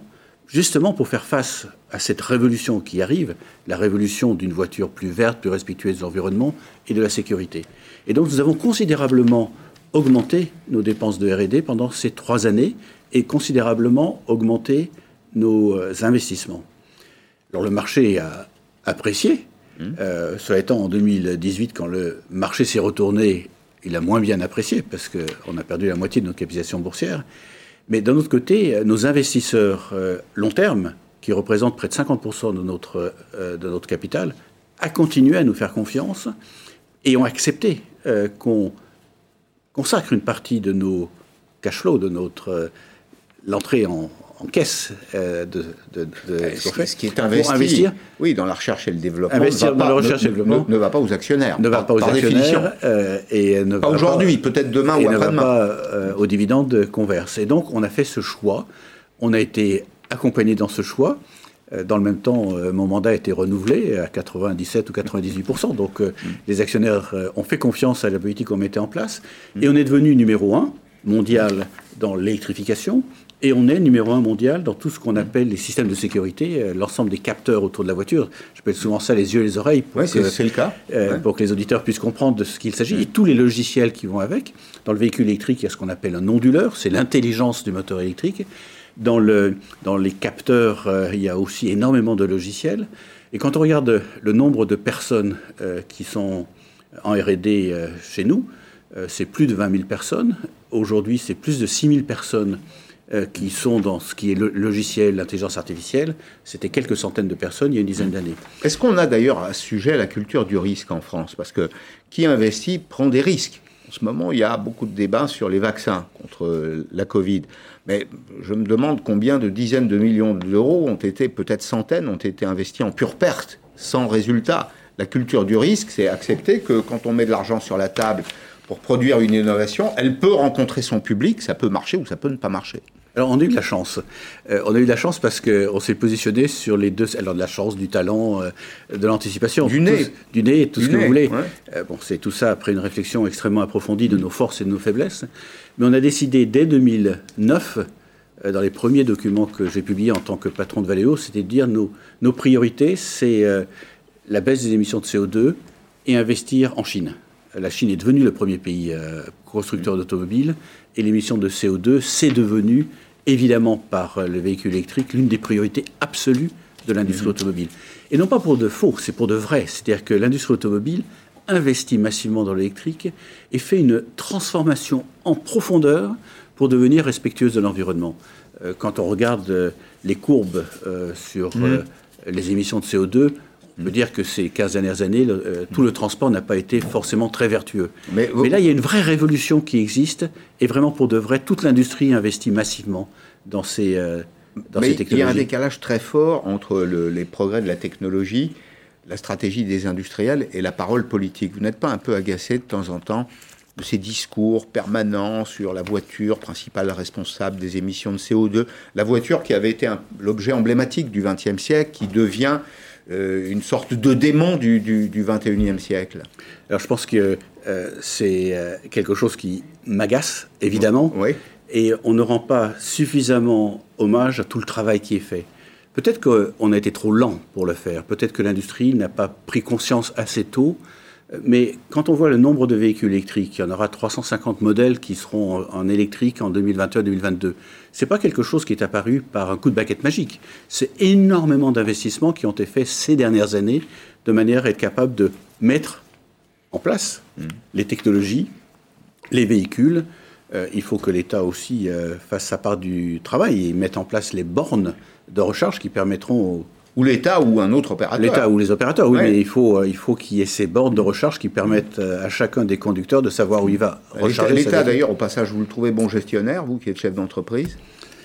justement pour faire face à cette révolution qui arrive, la révolution d'une voiture plus verte, plus respectueuse de l'environnement et de la sécurité. Et donc nous avons considérablement augmenté nos dépenses de R et D pendant ces trois années et considérablement augmenté nos euh, investissements. Alors le marché a apprécié. Mmh. Euh, cela étant, en deux mille dix-huit, quand le marché s'est retourné, il a moins bien apprécié parce qu'on a perdu la moitié de notre capitalisation boursière. Mais d'un autre côté, nos investisseurs euh, long terme, qui représentent près de cinquante pour cent de notre, euh, de notre capital, a continué à nous faire confiance et ont accepté euh, qu'on consacre une partie de nos cash flows, de notre euh, l'entrée en, en caisse euh, de, de, de ce, fait, ce qui est investi, investir, oui, dans la recherche et le développement, investir dans pas, la recherche ne, et le développement ne, ne va pas aux actionnaires, ne va par, pas aux par actionnaires euh, et ne pas va aujourd'hui, pas, peut-être demain ou après-demain, ne va pas euh, aux dividendes qu'on verse. Et donc on a fait ce choix, on a été accompagné dans ce choix. Dans le même temps, mon mandat a été renouvelé à quatre-vingt-dix-sept ou quatre-vingt-dix-huit pour cent. Donc, mmh. les actionnaires ont fait confiance à la politique qu'on mettait en place. Mmh. Et on est devenu numéro un mondial dans l'électrification. Et on est numéro un mondial dans tout ce qu'on appelle les systèmes de sécurité, l'ensemble des capteurs autour de la voiture. J'appelle souvent ça les yeux et les oreilles pour, ouais, que, c'est, c'est le cas. Euh, ouais. pour que les auditeurs puissent comprendre de ce qu'il s'agit. Mmh. Et tous les logiciels qui vont avec. Dans le véhicule électrique, il y a ce qu'on appelle un onduleur. C'est l'intelligence du moteur électrique. Dans, le, dans les capteurs, euh, il y a aussi énormément de logiciels. Et quand on regarde le nombre de personnes euh, qui sont en R et D euh, chez nous, euh, c'est plus de vingt mille personnes. Aujourd'hui, c'est plus de six mille personnes euh, qui sont dans ce qui est le logiciel, l'intelligence artificielle. C'était quelques centaines de personnes il y a une dizaine d'années. Est-ce qu'on a d'ailleurs à ce sujet la culture du risque en France ? Parce que qui investit prend des risques. En ce moment, il y a beaucoup de débats sur les vaccins contre la Covid. Mais je me demande combien de dizaines de millions d'euros ont été, peut-être centaines, ont été investis en pure perte, sans résultat. La culture du risque, c'est accepter que quand on met de l'argent sur la table pour produire une innovation, elle peut rencontrer son public, ça peut marcher ou ça peut ne pas marcher. Alors, on a eu de la chance. Euh, on a eu de la chance parce qu'on s'est positionné sur les deux... Alors, de la chance, du talent, euh, de l'anticipation. Du nez. Tout, du nez, tout du ce nez, que vous voulez. Ouais. Euh, bon, c'est tout ça après une réflexion extrêmement approfondie de nos forces et de nos faiblesses. Mais on a décidé, dès deux mille neuf, euh, dans les premiers documents que j'ai publiés en tant que patron de Valeo, c'était de dire nos, nos priorités, c'est euh, la baisse des émissions de C O deux et investir en Chine. La Chine est devenue le premier pays euh, constructeur d'automobiles et l'émission de C O deux, c'est devenu... évidemment par le véhicule électrique, l'une des priorités absolues de l'industrie mmh. automobile. Et non pas pour de faux, c'est pour de vrai. C'est-à-dire que l'industrie automobile investit massivement dans l'électrique et fait une transformation en profondeur pour devenir respectueuse de l'environnement. Euh, quand on regarde euh, les courbes euh, sur mmh. euh, les émissions de C O deux, on peut dire que ces quinze dernières années, le, euh, tout le transport n'a pas été forcément très vertueux. Mais, Mais là, il y a une vraie révolution qui existe, et vraiment pour de vrai, toute l'industrie investit massivement dans ces, euh, dans Mais ces technologies. Il y a un décalage très fort entre le, les progrès de la technologie, la stratégie des industriels et la parole politique. Vous n'êtes pas un peu agacé de temps en temps de ces discours permanents sur la voiture, principale responsable des émissions de C O deux, la voiture qui avait été un, l'objet emblématique du vingtième siècle, qui devient... Euh, une sorte de démon du, du, du vingt et unième siècle. Alors je pense que euh, c'est euh, quelque chose qui m'agace, évidemment, oui. et on ne rend pas suffisamment hommage à tout le travail qui est fait. Peut-être qu'on a été trop lent pour le faire, peut-être que l'industrie n'a pas pris conscience assez tôt, mais quand on voit le nombre de véhicules électriques, il y en aura trois cent cinquante modèles qui seront en, en électrique en deux mille vingt et un deux mille vingt-deux. Ce n'est pas quelque chose qui est apparu par un coup de baguette magique. C'est énormément d'investissements qui ont été faits ces dernières années de manière à être capable de mettre en place mmh. les technologies, les véhicules. Euh, il faut que l'État aussi euh, fasse sa part du travail et mette en place les bornes de recharge qui permettront aux Ou l'État ou un autre opérateur. L'État ou les opérateurs, oui, ouais. mais il faut, il faut qu'il y ait ces bornes de recharge qui permettent à chacun des conducteurs de savoir où il va recharger. L'État, l'État d'ailleurs, au passage, vous le trouvez bon gestionnaire, vous qui êtes chef d'entreprise ?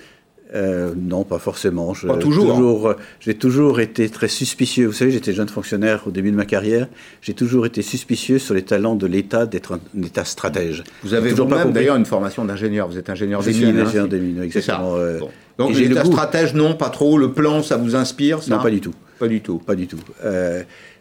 Euh, non, pas forcément. Je, pas toujours. toujours hein. J'ai toujours été très suspicieux. Vous savez, j'étais jeune fonctionnaire au début de ma carrière. J'ai toujours été suspicieux sur les talents de l'État d'être un, un État stratège. Vous avez vous-même d'ailleurs une formation d'ingénieur. Vous êtes ingénieur Je des suis mines. un ingénieur hein, des mines, exactement. C'est ça. Bon. Donc l'État stratège, non, pas trop. Le plan, ça vous inspire ça ? Non, pas du tout. Pas du tout. Pas du tout. Euh,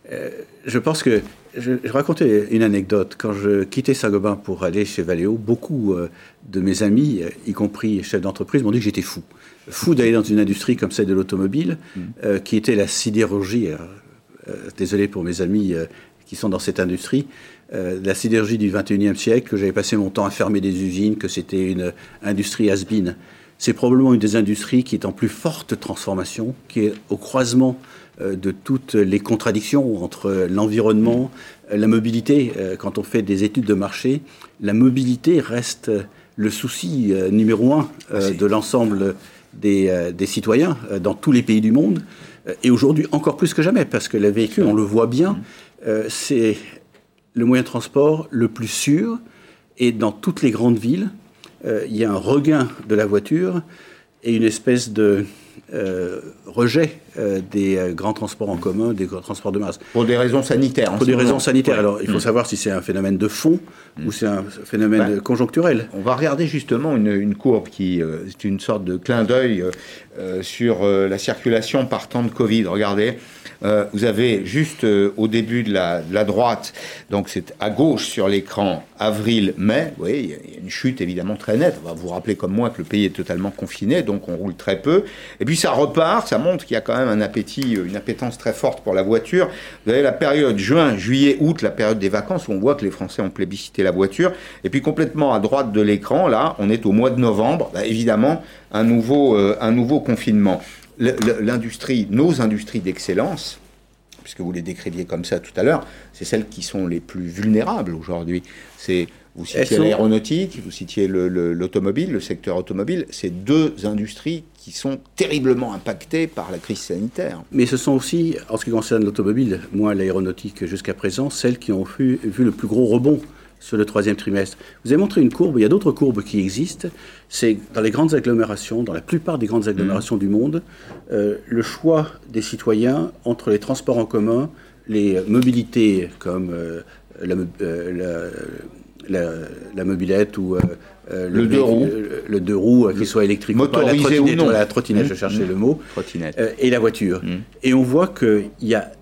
Euh, je pense que je, je racontais une anecdote. Quand je quittais Saint-Gobain pour aller chez Valeo, beaucoup euh, de mes amis, y compris chefs d'entreprise, m'ont dit que j'étais fou. Fou d'aller dans une industrie comme celle de l'automobile, euh, qui était la sidérurgie. Euh, euh, désolé pour mes amis euh, qui sont dans cette industrie. Euh, la sidérurgie du vingt et unième siècle, que j'avais passé mon temps à fermer des usines, que c'était une industrie has-been. C'est probablement une des industries qui est en plus forte transformation, qui est au croisement euh, de toutes les contradictions entre l'environnement, euh, la mobilité. Euh, quand on fait des études de marché, la mobilité reste le souci euh, numéro un euh, de l'ensemble des, euh, des citoyens euh, dans tous les pays du monde. Euh, et aujourd'hui, encore plus que jamais, parce que les véhicules, on le voit bien, euh, c'est le moyen de transport le plus sûr. Et dans toutes les grandes villes, euh, il y a un regain de la voiture et une espèce de euh, rejet euh, des euh, grands transports en commun, des grands transports de masse. Pour des raisons sanitaires. Pour des raisons sanitaires. Ouais. Alors, il faut mmh. savoir si c'est un phénomène de fond mmh. ou c'est un phénomène bah, conjoncturel. On va regarder justement une, une courbe qui euh, est une sorte de clin d'œil euh, sur euh, la circulation par temps de Covid. Regardez. Euh, vous avez juste euh, au début de la, de la droite, donc c'est à gauche sur l'écran, avril-mai, vous voyez, il y a une chute évidemment très nette. On va vous rappeler comme moi que le pays est totalement confiné, donc on roule très peu. Et puis ça repart, ça montre qu'il y a quand même un appétit, une appétence très forte pour la voiture. Vous avez la période juin, juillet, août, la période des vacances, où on voit que les Français ont plébiscité la voiture. Et puis complètement à droite de l'écran, là, on est au mois de novembre, bah, évidemment, un nouveau, euh, un nouveau confinement. L'industrie, nos industries d'excellence, puisque vous les décriviez comme ça tout à l'heure, c'est celles qui sont les plus vulnérables aujourd'hui. C'est, vous citiez sont... l'aéronautique, vous citiez le, le, l'automobile, le secteur automobile. C'est deux industries qui sont terriblement impactées par la crise sanitaire. Mais ce sont aussi, en ce qui concerne l'automobile, moi l'aéronautique jusqu'à présent, celles qui ont vu, vu le plus gros rebond sur le troisième trimestre. Vous avez montré une courbe, il y a d'autres courbes qui existent, c'est dans les grandes agglomérations, dans la plupart des grandes agglomérations mmh. du monde, euh, le choix des citoyens entre les transports en commun, les mobilités comme euh, la, euh, la, la, la mobilette ou euh, le, le deux roues, le, le deux roues, qu'il soit électrique motorisé ou pas, la trottinette, ou non. la trottinette, mmh. je cherchais mmh. le mot, euh, et la voiture. Mmh. Et on voit qu'il y a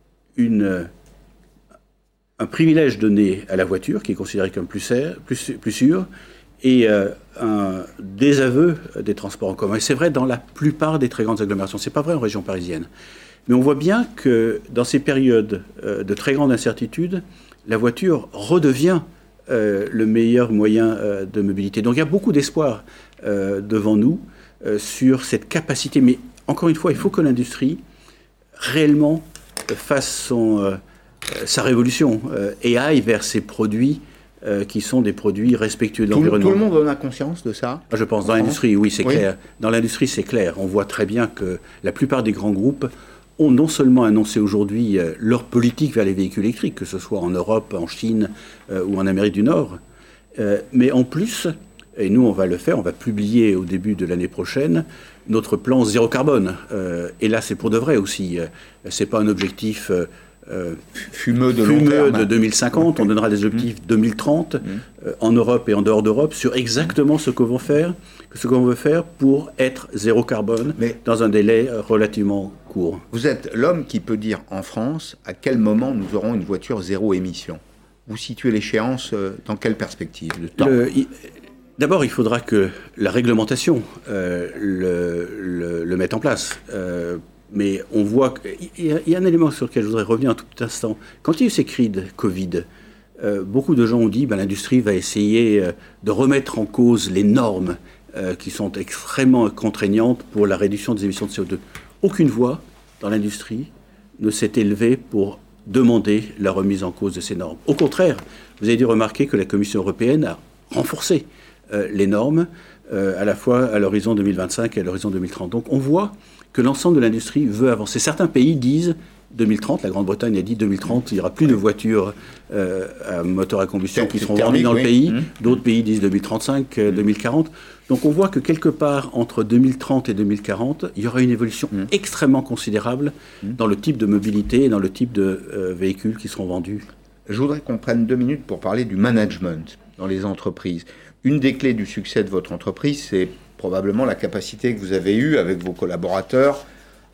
une... un privilège donné à la voiture, qui est considérée comme plus, ser, plus, plus sûre, et euh, un désaveu des transports en commun. Et c'est vrai dans la plupart des très grandes agglomérations. Ce n'est pas vrai en région parisienne. Mais on voit bien que dans ces périodes euh, de très grande incertitude, la voiture redevient euh, le meilleur moyen euh, de mobilité. Donc il y a beaucoup d'espoir euh, devant nous euh, sur cette capacité. Mais encore une fois, il faut que l'industrie réellement fasse son... Euh, sa révolution euh, et aille vers ces produits euh, qui sont des produits respectueux de tout, l'environnement. Tout le monde en a conscience de ça ? Je pense, dans l'industrie, oui, c'est oui. clair. Dans l'industrie, c'est clair. On voit très bien que la plupart des grands groupes ont non seulement annoncé aujourd'hui euh, leur politique vers les véhicules électriques, que ce soit en Europe, en Chine euh, ou en Amérique du Nord, euh, mais en plus, et nous on va le faire, on va publier au début de l'année prochaine notre plan zéro carbone. Euh, et là, c'est pour de vrai aussi. Euh, c'est pas un objectif... Euh, Euh, fumeux de, fumeux de deux mille cinquante, on donnera des objectifs deux mille trente mmh. euh, en Europe et en dehors d'Europe sur exactement ce que vont faire, ce qu'on veut faire pour être zéro carbone Mais dans un délai relativement court. Vous êtes l'homme qui peut dire en France à quel moment nous aurons une voiture zéro émission. Vous situez l'échéance euh, dans quelle perspective de temps ? Le, il, D'abord, il faudra que la réglementation euh, le, le, le mette en place. Euh, Mais on voit qu'il y, y a un élément sur lequel je voudrais revenir un tout petit instant. Quand il y a eu ces crises de Covid, euh, beaucoup de gens ont dit que ben, l'industrie va essayer euh, de remettre en cause les normes euh, qui sont extrêmement contraignantes pour la réduction des émissions de C O deux. Aucune voix dans l'industrie ne s'est élevée pour demander la remise en cause de ces normes. Au contraire, vous avez dû remarquer que la Commission européenne a renforcé euh, les normes euh, à la fois à l'horizon deux mille vingt-cinq et à l'horizon deux mille trente. Donc on voit que l'ensemble de l'industrie veut avancer. Certains pays disent deux mille trente, la Grande-Bretagne a dit deux mille trente, il n'y aura plus de voitures euh, à moteur à combustion qui seront vendues dans le pays. Mmh. D'autres pays disent deux mille trente-cinq, euh, deux mille quarante. Donc on voit que quelque part, entre deux mille trente et deux mille quarante, il y aura une évolution mmh. extrêmement considérable mmh. dans le type de mobilité et dans le type de euh, véhicules qui seront vendus. Je voudrais qu'on prenne deux minutes pour parler du management dans les entreprises. Une des clés du succès de votre entreprise, c'est probablement la capacité que vous avez eue avec vos collaborateurs à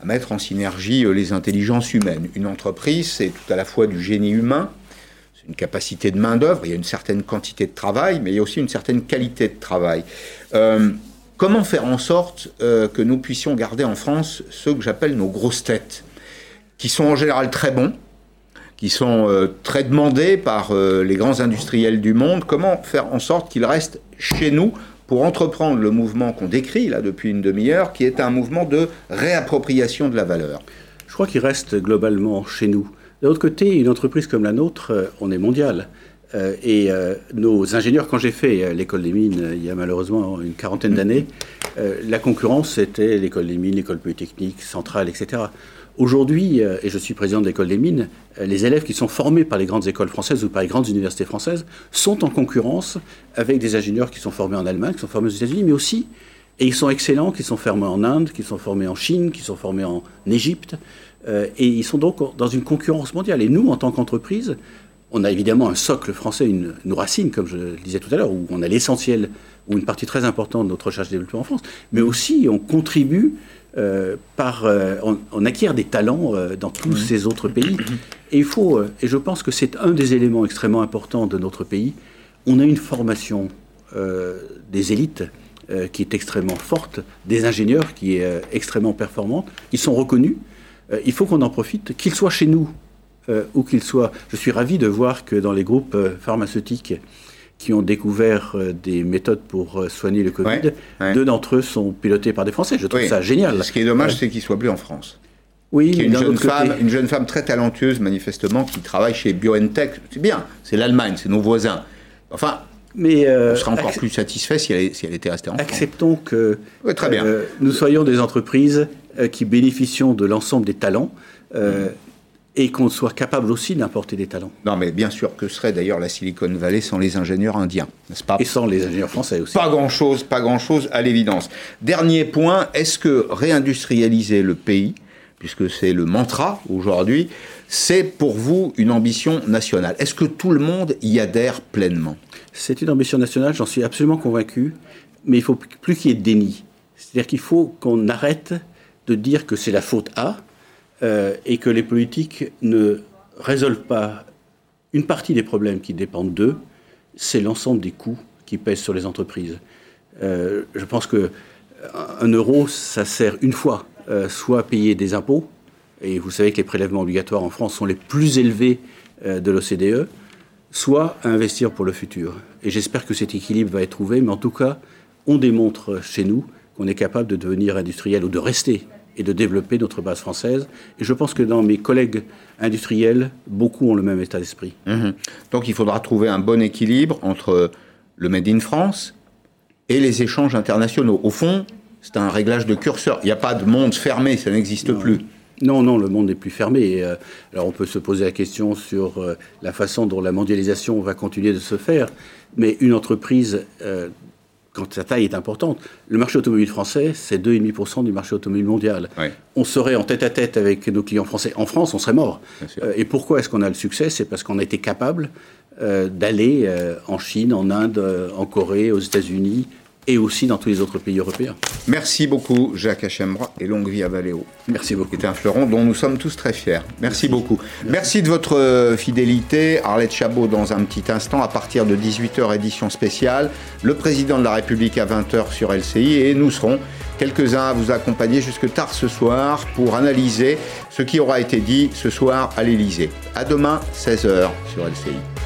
à mettre en synergie les intelligences humaines. Une entreprise, c'est tout à la fois du génie humain, c'est une capacité de main-d'œuvre, il y a une certaine quantité de travail, mais il y a aussi une certaine qualité de travail. Euh, comment faire en sorte euh, que nous puissions garder en France ceux que j'appelle nos grosses têtes, qui sont en général très bons, qui sont euh, très demandés par euh, les grands industriels du monde? Comment faire en sorte qu'ils restent chez nous pour entreprendre le mouvement qu'on décrit là depuis une demi-heure, qui est un mouvement de réappropriation de la valeur? Je crois qu'il reste globalement chez nous. De l'autre côté, une entreprise comme la nôtre, euh, on est mondial. Euh, et euh, nos ingénieurs, quand j'ai fait euh, l'école des mines, euh, il y a malheureusement une quarantaine d'années, euh, la concurrence, c'était l'école des mines, l'école polytechnique, centrale, et cetera. Aujourd'hui, euh, et je suis président de l'école des mines, euh, les élèves qui sont formés par les grandes écoles françaises ou par les grandes universités françaises sont en concurrence avec des ingénieurs qui sont formés en Allemagne, qui sont formés aux États-Unis, mais aussi, et ils sont excellents, qui sont formés en Inde, qui sont formés en Chine, qui sont formés en Égypte, euh, et ils sont donc dans une concurrence mondiale. Et nous, en tant qu'entreprise, on a évidemment un socle français, une, une racine, comme je le disais tout à l'heure, où on a l'essentiel, ou une partie très importante de notre recherche et développement en France, mais aussi on contribue Euh, par, euh, on, on acquiert des talents euh, dans tous mmh. ces autres pays. Et il faut, euh, et je pense que c'est un des éléments extrêmement importants de notre pays. On a une formation euh, des élites euh, qui est extrêmement forte, des ingénieurs qui est euh, extrêmement performante. Ils sont reconnus. Euh, il faut qu'on en profite, qu'ils soient chez nous euh, ou qu'ils soient. Je suis ravi de voir que dans les groupes euh, pharmaceutiques qui ont découvert euh, des méthodes pour euh, soigner le Covid, ouais, ouais. deux d'entre eux sont pilotés par des Français. Je trouve oui. ça génial. Ce qui est dommage, ouais. c'est qu'ils ne soient plus en France. Oui, qui est une jeune, femme, une jeune femme très talentueuse, manifestement, qui travaille chez BioNTech. C'est bien, c'est l'Allemagne, c'est nos voisins. Enfin, mais euh, on serait encore plus satisfait si elle, si elle était restée en France. Acceptons que oui, très bien. Euh, nous soyons des entreprises euh, qui bénéficions de l'ensemble des talents. Euh, mmh. Et qu'on soit capable aussi d'importer des talents. Non, mais bien sûr, que serait d'ailleurs la Silicon Valley sans les ingénieurs indiens, n'est-ce pas? Et sans les ingénieurs français aussi. Pas grand-chose, pas grand-chose à l'évidence. Dernier point, est-ce que réindustrialiser le pays, puisque c'est le mantra aujourd'hui, c'est pour vous une ambition nationale? Est-ce que tout le monde y adhère pleinement? C'est une ambition nationale, j'en suis absolument convaincu, mais il ne faut plus qu'il y ait de déni. C'est-à-dire qu'il faut qu'on arrête de dire que c'est la faute à, Euh, et que les politiques ne résolvent pas une partie des problèmes qui dépendent d'eux, c'est l'ensemble des coûts qui pèsent sur les entreprises. Euh, je pense qu'un euro, ça sert une fois, euh, soit à payer des impôts, et vous savez que les prélèvements obligatoires en France sont les plus élevés euh, de l'O C D E, soit à investir pour le futur. Et j'espère que cet équilibre va être trouvé, mais en tout cas, on démontre chez nous qu'on est capable de devenir industriel ou de rester et de développer notre base française. Et je pense que dans mes collègues industriels, beaucoup ont le même état d'esprit. Mmh. Donc il faudra trouver un bon équilibre entre le Made in France et les échanges internationaux. Au fond, c'est un réglage de curseur. Il n'y a pas de monde fermé, ça n'existe non. plus. Non, non, le monde n'est plus fermé. Et, euh, alors on peut se poser la question sur euh, la façon dont la mondialisation va continuer de se faire, mais une entreprise... Euh, quand sa taille est importante. Le marché automobile français, c'est deux virgule cinq pour cent du marché automobile mondial. Oui. On serait en tête-à-tête avec nos clients français. En France, on serait mort. Euh, et pourquoi est-ce qu'on a le succès? C'est parce qu'on a été capable euh, d'aller euh, en Chine, en Inde, euh, en Corée, aux États-Unis, et aussi dans tous les autres pays européens. Merci beaucoup, Jacques Achembra, et longue vie à Valeo. Merci beaucoup. C'est un fleuron dont nous sommes tous très fiers. Merci, Merci. beaucoup. Merci. Merci de votre fidélité. Arlette Chabot, dans un petit instant, à partir de dix-huit heures, édition spéciale. Le président de la République à vingt heures sur L C I, et nous serons quelques-uns à vous accompagner jusque tard ce soir pour analyser ce qui aura été dit ce soir à l'Élysée. À demain, seize heures sur L C I.